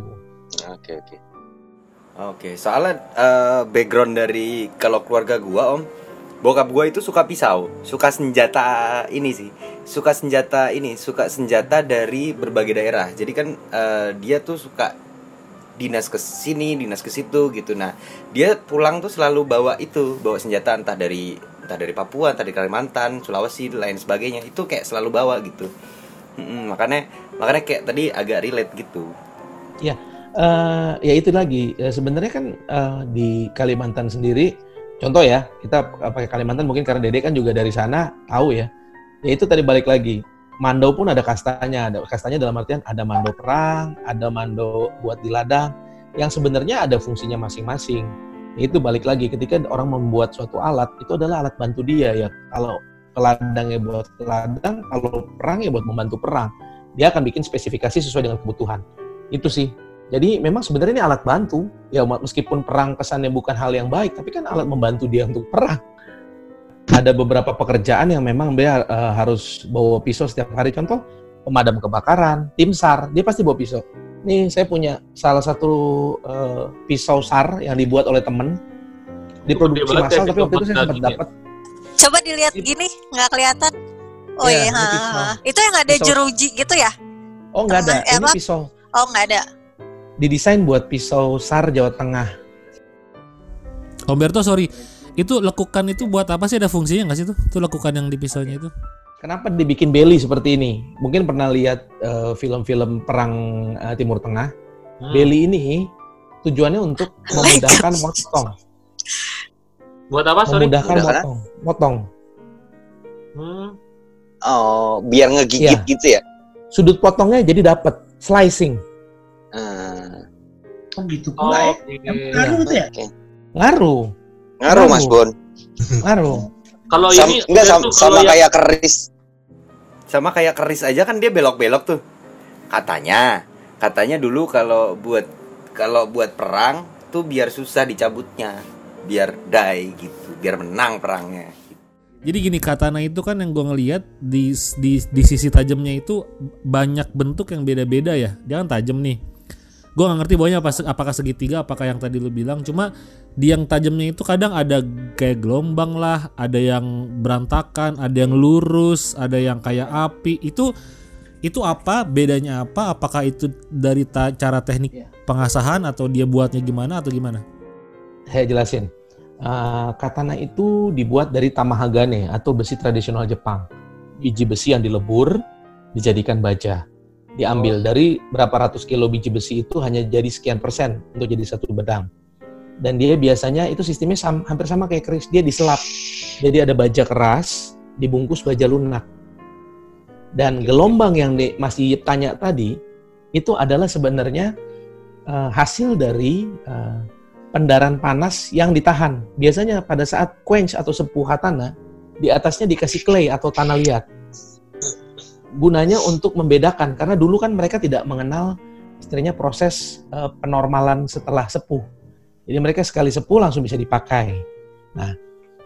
Oke, soalnya background dari kalau keluarga gua, Om, bokap gua itu suka pisau, suka senjata senjata dari berbagai daerah. Jadi kan dia tuh suka dinas ke sini, dinas ke situ gitu. Nah, dia pulang tuh selalu bawa senjata entah dari Papua, entah dari Kalimantan, Sulawesi, lain sebagainya. Itu kayak selalu bawa gitu. Makanya kayak tadi agak relate gitu.
Ya. Ya itu lagi, sebenarnya kan di Kalimantan sendiri, contoh ya, kita pakai Kalimantan mungkin karena Dede kan juga dari sana, tahu ya. Ya itu tadi balik lagi, mando pun ada kastanya dalam artian ada mando perang, ada mando buat di ladang, yang sebenarnya ada fungsinya masing-masing. Ya itu balik lagi, ketika orang membuat suatu alat, itu adalah alat bantu dia ya. Kalau ke ladang ya buat ke ladang, kalau perang ya buat membantu perang. Dia akan bikin spesifikasi sesuai dengan kebutuhan. Itu sih. Jadi memang sebenarnya ini alat bantu, ya meskipun perang kesannya bukan hal yang baik, tapi kan alat membantu dia untuk perang. Ada beberapa pekerjaan yang memang dia harus bawa pisau setiap hari, contoh pemadam kebakaran, tim SAR, dia pasti bawa pisau. Nih saya punya salah satu pisau SAR yang dibuat oleh temen, diproduksi massal, tapi waktu itu saya sempat dapat.
Coba dilihat gini, nggak kelihatan. Oh iya, itu yang ada jeruji gitu ya?
Oh nggak ada, ini pisau.
Oh nggak ada.
Didesain buat pisau SAR Jawa Tengah.
Humberto, sorry, itu lekukan itu buat apa sih? Ada fungsinya nggak sih tuh? Itu lekukan yang di pisaunya itu?
Kenapa dibikin beli seperti ini? Mungkin pernah lihat film-film perang Timur Tengah. Beli ini tujuannya untuk memudahkan motong.
Buat apa? Sorry.
Memudahkan motong.
Oh, biar ngegigit gitu ya?
Sudut potongnya jadi dapat slicing.
Oh gitu pula ngaruh itu ya?
Ngaruh Mas Bon. Ngaruh.
Kalau ini
enggak sama kayak keris.
Sama kayak keris aja kan dia belok-belok tuh. Katanya dulu kalau buat perang tuh biar susah dicabutnya, biar die gitu, biar menang perangnya.
Jadi gini, katana itu kan yang gue ngelihat di sisi tajamnya itu banyak bentuk yang beda-beda ya. Dia kan tajam nih. Gue nggak ngerti bawahnya apakah segitiga, apakah yang tadi lu bilang. Cuma di yang tajamnya itu kadang ada kayak gelombang lah, ada yang berantakan, ada yang lurus, ada yang kayak api. Itu apa bedanya apa? Apakah itu dari cara teknik pengasahan atau dia buatnya gimana atau gimana?
Saya jelasin. Katana itu dibuat dari tamahagane atau besi tradisional Jepang. Biji besi yang dilebur dijadikan baja. Diambil dari berapa ratus kilo biji besi itu hanya jadi sekian persen untuk jadi satu bedang. Dan dia biasanya itu sistemnya hampir sama kayak keris, dia diselap. Jadi ada baja keras dibungkus baja lunak. Dan gelombang yang Mas Yip tanya tadi itu adalah sebenarnya hasil dari pendaran panas yang ditahan. Biasanya pada saat quench atau sepuh hatana, di atasnya dikasih clay atau tanah liat. Gunanya untuk membedakan, karena dulu kan mereka tidak mengenal istilahnya proses penormalan setelah sepuh. Jadi mereka sekali sepuh langsung bisa dipakai. Nah,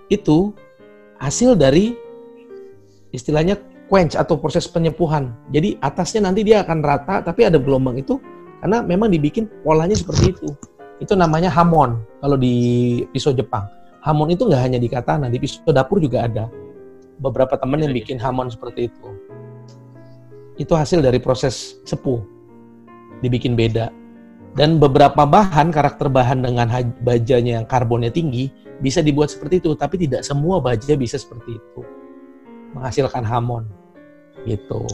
itu hasil dari istilahnya quench atau proses penyepuhan. Jadi atasnya nanti dia akan rata, tapi ada gelombang itu karena memang dibikin polanya seperti itu. Itu namanya hamon kalau di pisau Jepang. Hamon itu nggak hanya di katana, di pisau dapur juga ada. Beberapa teman yang bikin hamon seperti itu. Itu hasil dari proses sepuh. Dibikin beda. Dan beberapa bahan, karakter bahan dengan bajanya yang karbonnya tinggi, bisa dibuat seperti itu. Tapi tidak semua baja bisa seperti itu. Menghasilkan hamon. Gitu.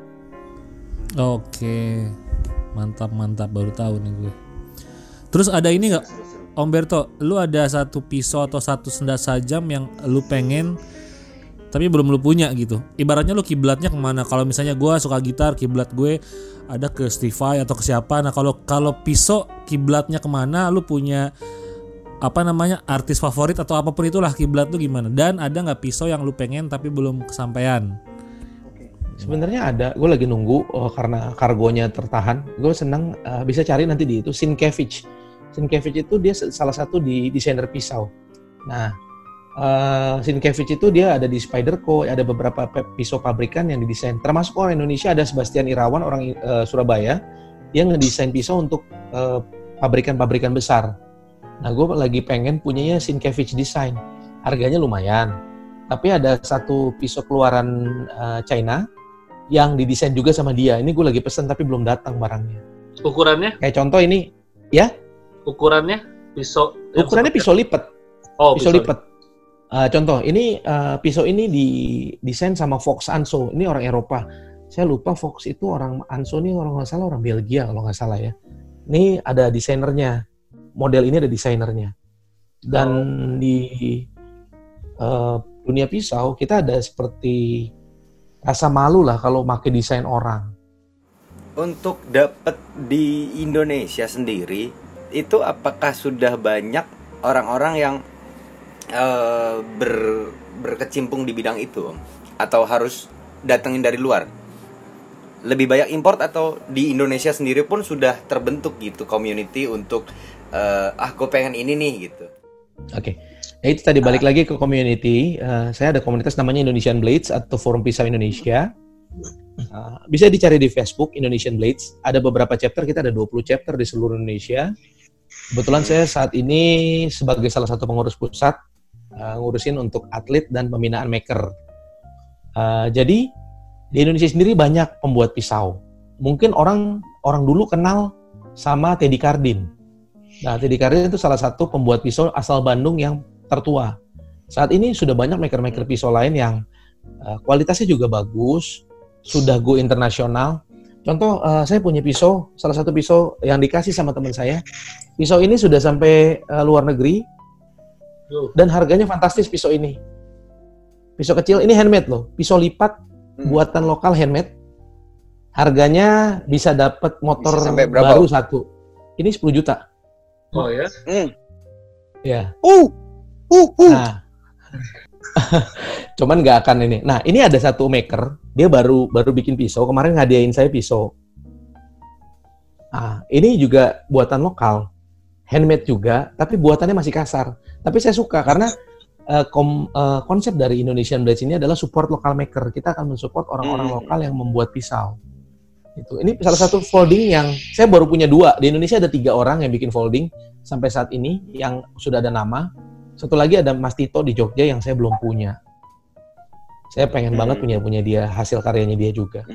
Oke. Mantap. Baru tahu nih gue. Terus ada ini nggak, Om Berto? Lu ada satu pisau atau satu senda sajam yang lu pengen tapi belum lu punya gitu. Ibaratnya lu kiblatnya kemana? Kalau misalnya gue suka gitar, kiblat gue ada ke Steve Vai atau ke siapa. Nah kalau pisau kiblatnya kemana? Lu punya artis favorit atau apapun itulah, kiblat lu gimana? Dan ada nggak pisau yang lu pengen tapi belum kesampaian?
Sebenarnya ada. Gue lagi nunggu karena kargonya tertahan. Gue senang bisa cari nanti di itu Sienkiewicz. Sienkiewicz itu dia salah satu desainer pisau. Nah, Sienkiewicz itu dia ada di Spyderco, ada beberapa pisau pabrikan yang didesain. Termasuk orang Indonesia ada Sebastian Irawan, orang Surabaya, dia ngedesain pisau untuk pabrikan-pabrikan besar. Nah, gue lagi pengen punyanya Sienkiewicz design. Harganya lumayan. Tapi ada satu pisau keluaran China yang didesain juga sama dia. Ini gue lagi pesen tapi belum datang barangnya.
Ukurannya?
Kayak contoh ini, ya?
Ukurannya pisau?
Ukurannya pisau lipat.
Oh,
pisau lipat. Contoh, ini pisau ini didesain sama Fox Anso. Ini orang Eropa. Saya lupa Fox itu orang Anso ini orang nggak salah orang Belgia kalau nggak salah ya. Ini ada desainernya. Model ini ada desainernya. Dan di dunia pisau kita ada seperti rasa malu lah kalau pakai desain orang.
Untuk dapat di Indonesia sendiri, itu apakah sudah banyak orang-orang yang berkecimpung di bidang itu, atau harus datengin dari luar? Lebih banyak import atau di Indonesia sendiri pun sudah terbentuk gitu community untuk gue pengen ini nih gitu.
Oke. Ya itu tadi balik lagi ke community. Saya ada komunitas namanya Indonesian Blades atau Forum Pisau Indonesia. Bisa dicari di Facebook Indonesian Blades. Ada beberapa chapter, kita ada 20 chapter di seluruh Indonesia. Kebetulan saya saat ini sebagai salah satu pengurus pusat ngurusin untuk atlet dan pembinaan maker. Jadi di Indonesia sendiri banyak pembuat pisau. Mungkin orang dulu kenal sama Teddy Cardin. Nah, Teddy Cardin itu salah satu pembuat pisau asal Bandung yang tertua. Saat ini sudah banyak maker-maker pisau lain yang kualitasnya juga bagus, sudah go internasional. Contoh, saya punya pisau, salah satu pisau yang dikasih sama teman saya. Pisau ini sudah sampai luar negeri, dan harganya fantastis pisau ini. Pisau kecil, ini handmade loh, pisau lipat, buatan lokal handmade. Harganya bisa dapat motor baru satu. Ini 10 juta.
Oh ya?
Ya. Nah, cuman nggak akan ini. Nah, ini ada satu maker, dia baru bikin pisau. Kemarin ngadiain saya pisau. Nah, ini juga buatan lokal, handmade juga, tapi buatannya masih kasar. Tapi saya suka karena konsep dari Indonesian Blades ini adalah support lokal maker. Kita akan mensupport orang-orang lokal yang membuat pisau. Itu. Ini salah satu folding yang saya baru punya 2. Di Indonesia ada 3 orang yang bikin folding sampai saat ini yang sudah ada nama. Satu lagi ada Mas Tito di Jogja yang saya belum punya. Saya pengen banget punya dia, hasil karyanya dia juga.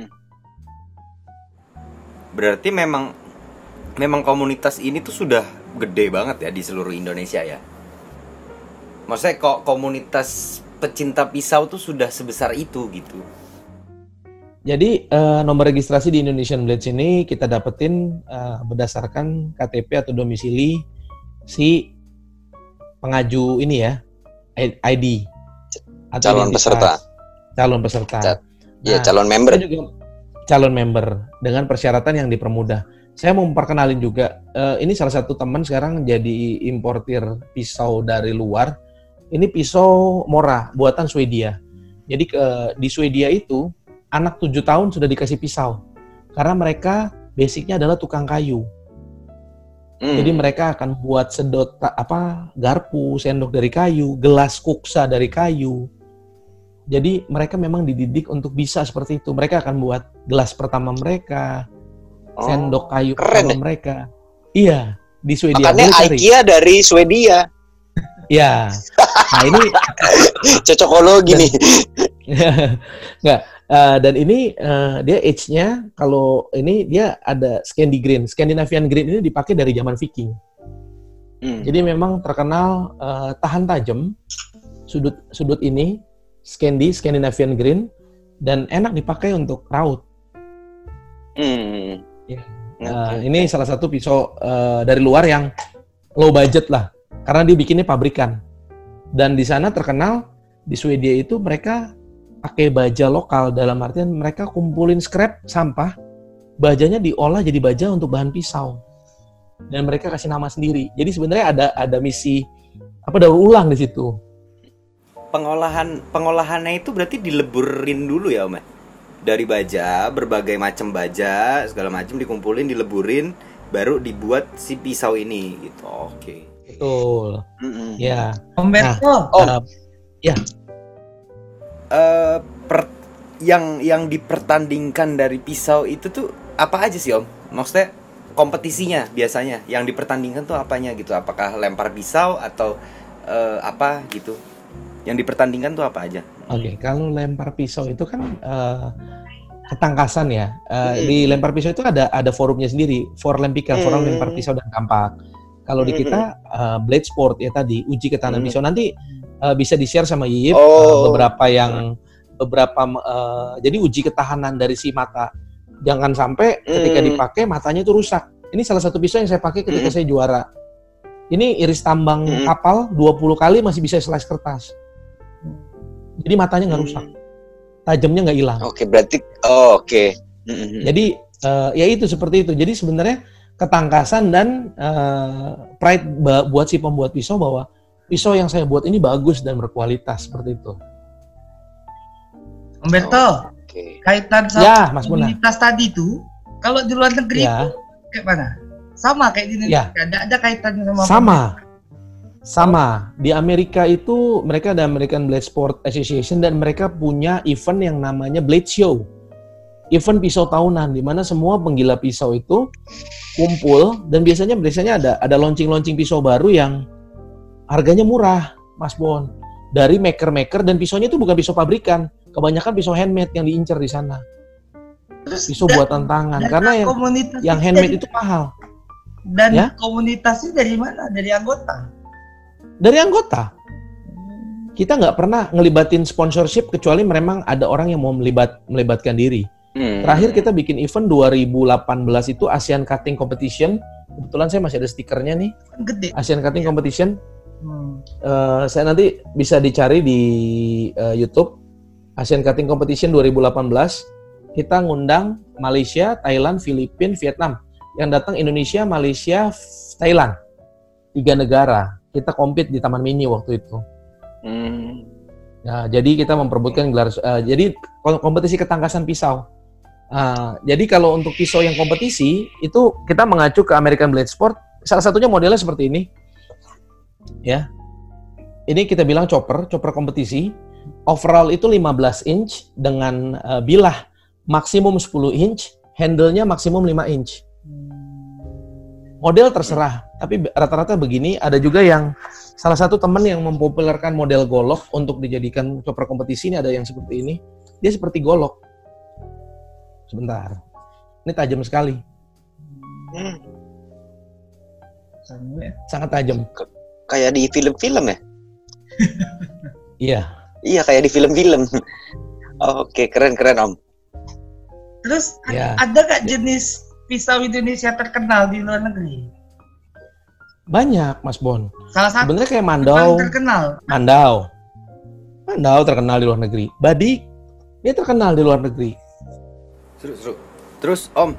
Berarti memang komunitas ini tuh sudah gede banget ya di seluruh Indonesia ya. Maksudnya kok komunitas pecinta pisau tuh sudah sebesar itu gitu.
Jadi nomor registrasi di Indonesian Blades ini kita dapetin berdasarkan KTP atau domisili si pengaju ini ya, ID atau
calon peserta.
Calon peserta.
Iya, calon member.
Juga calon member dengan persyaratan yang dipermudah. Saya mau memperkenalin juga, ini salah satu teman sekarang jadi importir pisau dari luar. Ini pisau Mora buatan Swedia. Jadi di Swedia itu anak 7 tahun sudah dikasih pisau karena mereka basicnya adalah tukang kayu. Jadi mereka akan buat garpu, sendok dari kayu, gelas kuksa dari kayu. Jadi mereka memang dididik untuk bisa seperti itu. Mereka akan buat gelas pertama mereka, sendok kayu pertama mereka. Iya, di Swedia.
Makanya IKEA dari Swedia.
Ya. Nah ini
cocokologi nih.
Nggak. Dan ini dia age-nya, kalau ini dia ada Scandinavian Green ini dipakai dari zaman Viking. Jadi memang terkenal tahan tajam sudut ini Scandinavian Green dan enak dipakai untuk raut. Ya. Ini salah satu pisau dari luar yang low budget lah, karena dia bikinnya pabrikan. Dan di sana terkenal di Swedia itu mereka pakai baja lokal, dalam artian mereka kumpulin scrap sampah, bajanya diolah jadi baja untuk bahan pisau, dan mereka kasih nama sendiri. Jadi sebenarnya ada misi daur ulang di situ.
Pengolahannya itu berarti dileburin dulu ya, Om? Dari baja, berbagai macam baja, segala macam dikumpulin, dileburin, baru dibuat si pisau ini gitu. Oke.
Betul. Ya.
Om Berto.
Ya.
Yang dipertandingkan dari pisau itu tuh apa aja sih, Om? Maksudnya kompetisinya biasanya yang dipertandingkan tuh apanya gitu? Apakah lempar pisau atau apa gitu? Yang dipertandingkan tuh apa aja?
Oke, kalau lempar pisau itu kan ketangkasan ya. Di lempar pisau itu ada forumnya sendiri, forum lempar pisau dan kampak. Kalau di kita blade sport ya tadi, uji ketahanan pisau. Nanti bisa di-share sama Yip jadi uji ketahanan dari si mata. Jangan sampai ketika dipakai matanya itu rusak. Ini salah satu pisau yang saya pakai ketika saya juara. Ini iris tambang kapal 20 kali masih bisa slice kertas. Jadi matanya nggak rusak. Tajamnya nggak hilang.
Oke, berarti oke.
Jadi ya itu seperti itu. Jadi sebenarnya ketangkasan dan pride buat si pembuat pisau bahwa pisau yang saya buat ini bagus dan berkualitas, seperti itu.
Om Berto, kaitan sama komunitas tadi tuh, kalau di luar negeri itu kayak mana? Sama kayak di Indonesia? Ada kaitannya sama?
Sama. Di Amerika itu mereka ada American Blade Sport Association dan mereka punya event yang namanya Blade Show. Event pisau tahunan di mana semua penggila pisau itu kumpul dan biasanya ada launching pisau baru yang harganya murah, Mas Bon. Dari maker-maker dan pisaunya itu bukan pisau pabrikan, kebanyakan pisau handmade yang diincar di sana. Pisau buatan tangan, karena yang handmade itu mahal.
Dan komunitasnya dari mana? Dari anggota?
Dari anggota. Kita nggak pernah ngelibatin sponsorship kecuali memang ada orang yang mau melibatkan diri. Terakhir kita bikin event 2018 itu Asian Cutting Competition. Kebetulan saya masih ada stikernya nih.
Gede.
Asian Cutting Competition. Saya nanti bisa dicari di YouTube. Asian Cutting Competition 2018. Kita ngundang Malaysia, Thailand, Filipina, Vietnam. Yang datang Indonesia, Malaysia, Thailand. 3 negara. Kita compete di Taman Mini waktu itu. Nah, jadi kita memperebutkan gelar. Jadi kompetisi ketangkasan pisau. Jadi kalau untuk pisau yang kompetisi itu kita mengacu ke American Blade Sport. Salah satunya modelnya seperti ini. Ya. Ini kita bilang chopper kompetisi. Overall itu 15 inch dengan bilah maksimum 10 inch, handle-nya maksimum 5 inch. Model terserah, tapi rata-rata begini. Ada juga yang salah satu teman yang mempopulerkan model golok untuk dijadikan chopper kompetisi. Ini ada yang seperti ini. Dia seperti golok. Sebentar. Ini tajam sekali. Sangat tajam.
Kayak di film-film ya?
Iya.
Iya, kayak di film-film. Oke, keren Om.
Terus ada nggak jenis pisau Indonesia terkenal di luar negeri?
Banyak, Mas Bon.
Salah satu
sebenarnya kayak Mandau.
Terkenal.
Mandau terkenal di luar negeri. Badik, dia terkenal di luar negeri.
Seru. Terus Om,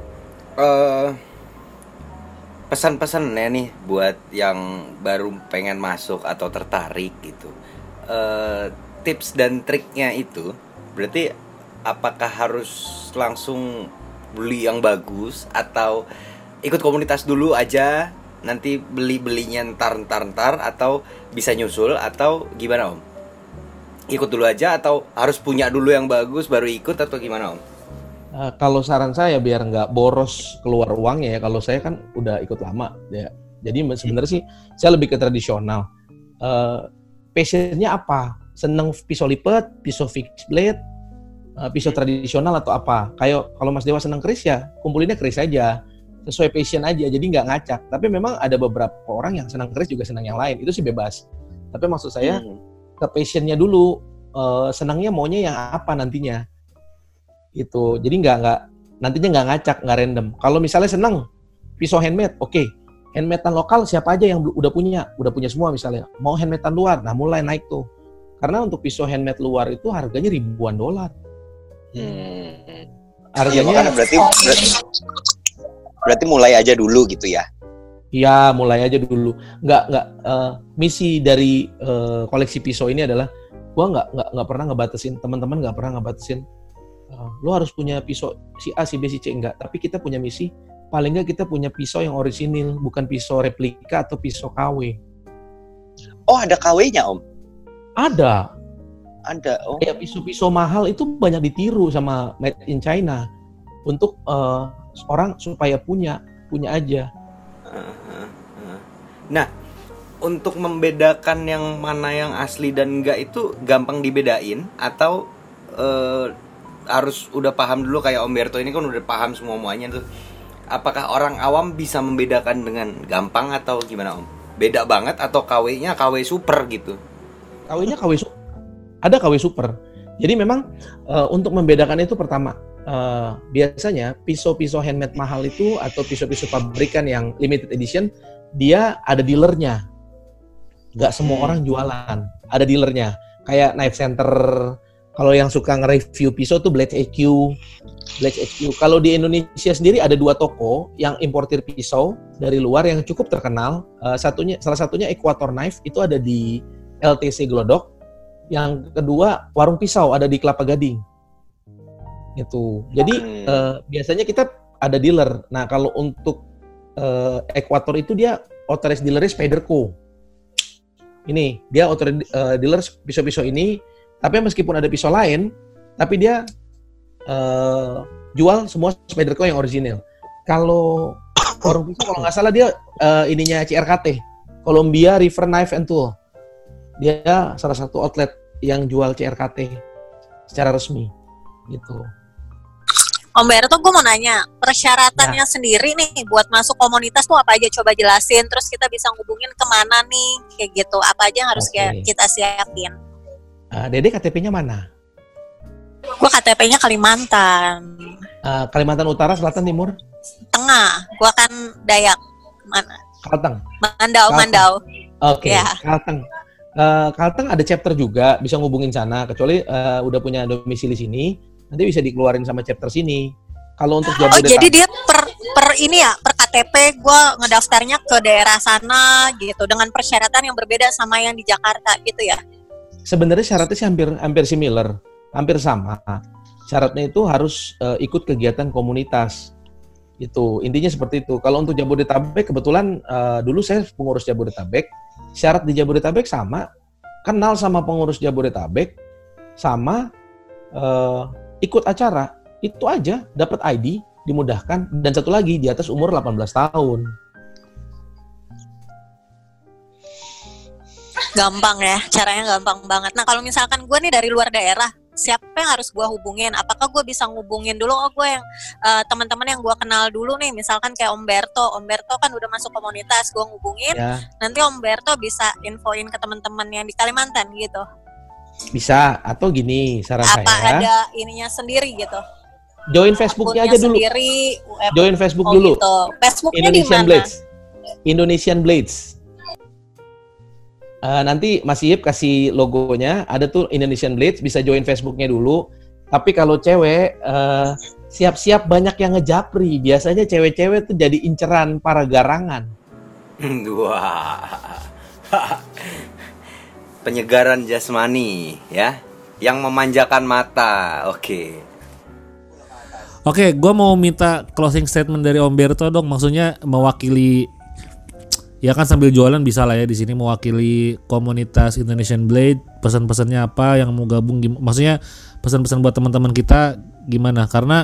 pesan-pesannya nih buat yang baru pengen masuk atau tertarik gitu. Tips dan triknya itu, berarti apakah harus langsung beli yang bagus atau ikut komunitas dulu aja nanti belinya ntar atau bisa nyusul atau gimana Om? Ikut dulu aja atau harus punya dulu yang bagus baru ikut atau gimana Om?
Kalau saran saya biar nggak boros keluar uangnya ya, kalau saya kan udah ikut lama ya. Jadi sebenarnya sih saya lebih ke tradisional. Passionnya apa? Seneng pisau lipat, pisau fixed blade, pisau tradisional atau apa? Kayak kalau Mas Dewa seneng keris ya kumpulinnya keris aja. Sesuai passion aja, jadi nggak ngacak. Tapi memang ada beberapa orang yang senang keris juga senang yang lain, itu sih bebas. Tapi maksud saya ke passionnya dulu, senangnya maunya yang apa nantinya, itu. Jadi nantinya nggak ngacak, nggak random. Kalau misalnya senang pisau handmade, oke. Handmadean lokal siapa aja yang udah punya semua misalnya. Mau handmadean luar, nah mulai naik tuh. Karena untuk pisau handmade luar itu harganya ribuan dolar. Harganya.
Ya, berarti mulai aja dulu gitu ya?
Iya, mulai aja dulu. Misi dari koleksi pisau ini adalah gua nggak pernah ngebatasin, teman-teman nggak pernah ngebatasin. Lo harus punya pisau si A, si B, si C, enggak. Tapi kita punya misi, paling nggak kita punya pisau yang orisinil, bukan pisau replika atau pisau KW.
Oh, ada KW-nya Om?
Ada.
Oh.
Kayak pisau-pisau mahal itu banyak ditiru sama made in China untuk orang supaya punya aja.
Nah, untuk membedakan yang mana yang asli dan enggak itu gampang dibedain atau harus udah paham dulu kayak Om Berto ini kan udah paham semuanya tuh. Apakah orang awam bisa membedakan dengan gampang atau gimana Om? Beda banget atau KW-nya KW super gitu?
KW-nya KW super. Ada KW super. Jadi memang untuk membedakan itu pertama, biasanya pisau-pisau handmade mahal itu atau pisau-pisau pabrikan yang limited edition, dia ada dealernya. Nggak semua orang jualan, ada dealernya. Kayak Knife Center, kalau yang suka nge-review pisau tuh Blades HQ. Kalau di Indonesia sendiri ada 2 toko yang importir pisau dari luar yang cukup terkenal. Salah satunya Equator Knife, itu ada di LTC Glodok. Yang kedua Warung Pisau ada di Kelapa Gading. Itu. Jadi biasanya kita ada dealer. Nah, kalau untuk Equator itu dia authorized dealernya Spyderco. Ini dia authorized dealer pisau-pisau ini, tapi meskipun ada pisau lain, tapi dia jual semua Spyderco yang original. Kalau Warung Pisau kalau nggak salah dia ininya CRKT, Columbia River Knife and Tool. Dia salah satu outlet yang jual CRKT secara resmi gitu.
Om Berto, gue mau nanya, persyaratannya sendiri nih buat masuk komunitas tuh apa aja? Coba jelasin, terus kita bisa ngubungin kemana nih, kayak gitu. Apa aja yang harus kita siapin?
Dede KTP-nya mana?
Gue KTP-nya Kalimantan.
Kalimantan Utara, Selatan, Timur?
Tengah, gue kan Dayak. Mana?
Kalteng.
Mandau.
Oke, Kalteng. Kalteng ada chapter juga, bisa ngubungin sana. Kecuali udah punya domisili sini, nanti bisa dikeluarin sama chapter sini. Kalau untuk Jabodetabek.
Oh, jadi dia per KTP gue ngedaftarnya ke daerah sana gitu dengan persyaratan yang berbeda sama yang di Jakarta gitu ya?
Sebenarnya syaratnya sih hampir similar, hampir sama. Syaratnya itu harus ikut kegiatan komunitas. Itu intinya seperti itu. Kalau untuk Jabodetabek kebetulan dulu saya pengurus Jabodetabek. Syarat di Jabodetabek sama, kenal sama pengurus Jabodetabek, sama ikut acara, itu aja, dapat ID, dimudahkan, dan satu lagi di atas umur 18 tahun.
Gampang ya, caranya gampang banget. Nah kalau misalkan gue nih dari luar daerah, siapa yang harus gue hubungin? Apakah gue bisa ngubungin dulu gue yang teman-teman yang gue kenal dulu nih, misalkan kayak Om Berto kan udah masuk komunitas, gue ngubungin, nanti Om Berto bisa infoin ke teman-teman yang di Kalimantan gitu.
Bisa, atau gini saran saya.
Apa ada ininya sendiri gitu?
Join Facebooknya aja dulu. Join Facebook dulu.
Gitu. Facebooknya di mana?
Indonesian Blades. Nanti Mas Iyip kasih logonya, ada tuh Indonesian Blades, bisa join Facebooknya dulu. Tapi kalau cewek, siap-siap banyak yang ngejapri. Biasanya cewek-cewek tuh jadi inceran para garangan.
Wah. Penyegaran jasmani ya, yang memanjakan mata. Oke,
gue mau minta closing statement dari Om Berto dong. Maksudnya mewakili Ya kan sambil jualan bisa lah ya di sini mewakili komunitas Indonesian Blade. Pesan-pesannya apa yang mau gabung? Maksudnya pesan-pesan buat teman-teman kita gimana? Karena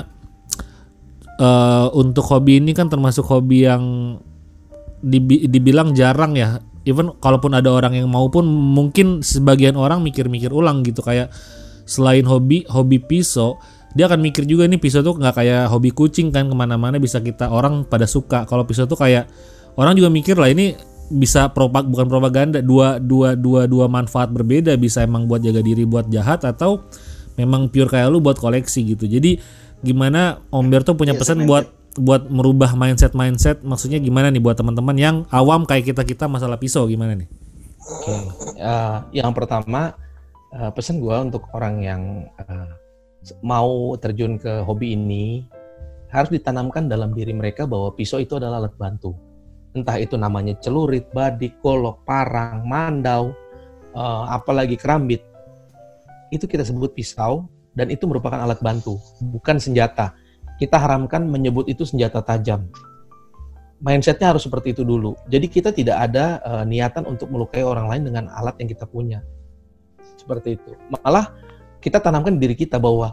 untuk hobi ini kan termasuk hobi yang dibilang jarang ya. Even kalaupun ada orang yang mau pun mungkin sebagian orang mikir-mikir ulang gitu. Kayak selain hobi pisau, dia akan mikir juga nih pisau tuh nggak kayak hobi kucing kan, kemana-mana bisa kita orang pada suka. Kalau pisau tuh kayak orang juga mikir lah ini bisa bukan propaganda, dua manfaat berbeda, bisa emang buat jaga diri buat jahat atau memang pure kayak lu buat koleksi gitu. Jadi gimana Om Ber tuh punya pesan buat merubah mindset, maksudnya gimana nih buat teman-teman yang awam kayak kita masalah pisau gimana nih?
Oke, yang pertama pesan gue untuk orang yang mau terjun ke hobi ini harus ditanamkan dalam diri mereka bahwa pisau itu adalah alat bantu. Entah itu namanya celurit, badik, golok, parang, mandau, apalagi kerambit. Itu kita sebut pisau dan itu merupakan alat bantu, bukan senjata. Kita haramkan menyebut itu senjata tajam. Mindsetnya harus seperti itu dulu. Jadi kita tidak ada niatan untuk melukai orang lain dengan alat yang kita punya. Seperti itu. Malah kita tanamkan di diri kita bahwa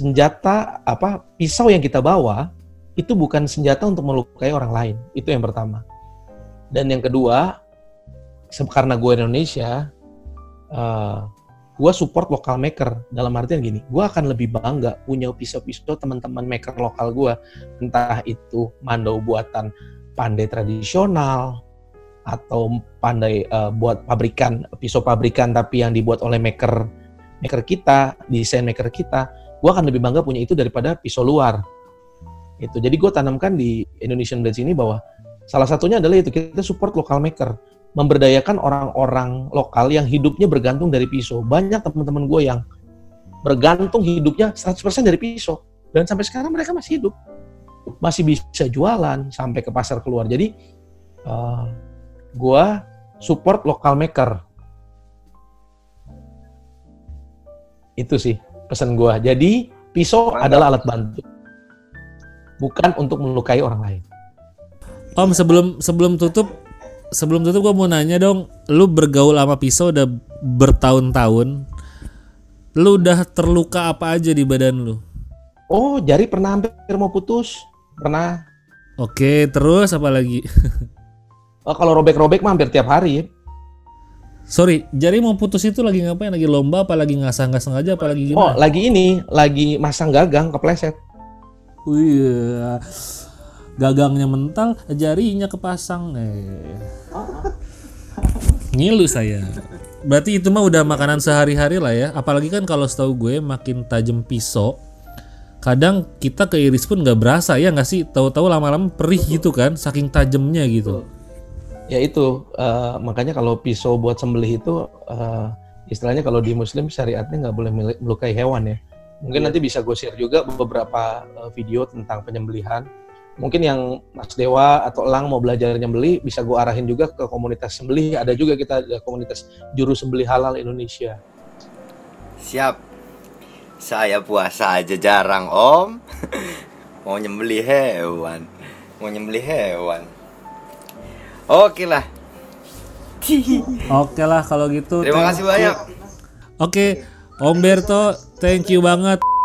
pisau yang kita bawa itu bukan senjata untuk melukai orang lain. Itu yang pertama. Dan yang kedua, karena gue Indonesia, gue support lokal maker. Dalam artian gini, gue akan lebih bangga punya pisau-pisau teman-teman maker lokal gue. Entah itu mandau buatan Pandai tradisional, atau Pandai buat pisau pabrikan tapi yang dibuat oleh maker kita, desain maker kita. Gue akan lebih bangga punya itu daripada pisau luar. Itu. Jadi gue tanamkan di Indonesian Blades ini bahwa salah satunya adalah itu, kita support lokal maker, memberdayakan orang-orang lokal yang hidupnya bergantung dari pisau. Banyak teman-teman gue yang bergantung hidupnya 100% dari pisau, dan sampai sekarang mereka masih hidup, masih bisa jualan sampai ke pasar keluar. Jadi gue support lokal maker. Itu sih pesan gue. Jadi pisau adalah alat bantu, bukan untuk melukai orang lain.
Om, sebelum tutup gue mau nanya dong, lu bergaul sama pisau udah bertahun-tahun, lu udah terluka apa aja di badan lu?
Oh, jari pernah hampir mau putus, pernah.
Oke, terus apa lagi?
Kalau robek-robek mah hampir tiap hari.
Sorry, jari mau putus itu lagi ngapain? Lagi lomba apa lagi nggak sengaja apa lagi gimana?
Oh, lagi masang gagang kepleset.
Iya. Gagangnya mental, jarinya kepasang. Ngilu saya. Berarti itu mah udah makanan sehari-hari lah ya. Apalagi kan kalau setahu gue makin tajam pisau, kadang kita keiris pun nggak berasa ya nggak sih? Tahu-tahu lama-lama perih gitu kan, saking tajamnya gitu.
Ya itu, makanya kalau pisau buat sembelih itu, istilahnya kalau di Muslim syariatnya nggak boleh melukai hewan ya. Mungkin nanti bisa gue share juga beberapa video tentang penyembelihan. Mungkin yang Mas Dewa atau Elang mau belajar nyembelih, bisa gue arahin juga ke komunitas sembelih. Ada juga kita komunitas juru sembelih halal Indonesia.
Siap. Saya puasa aja jarang, Om. Mau nyembelih hewan. Oke lah
kalau gitu.
Terima kasih banyak.
Oke, Om Berto, thank you banget.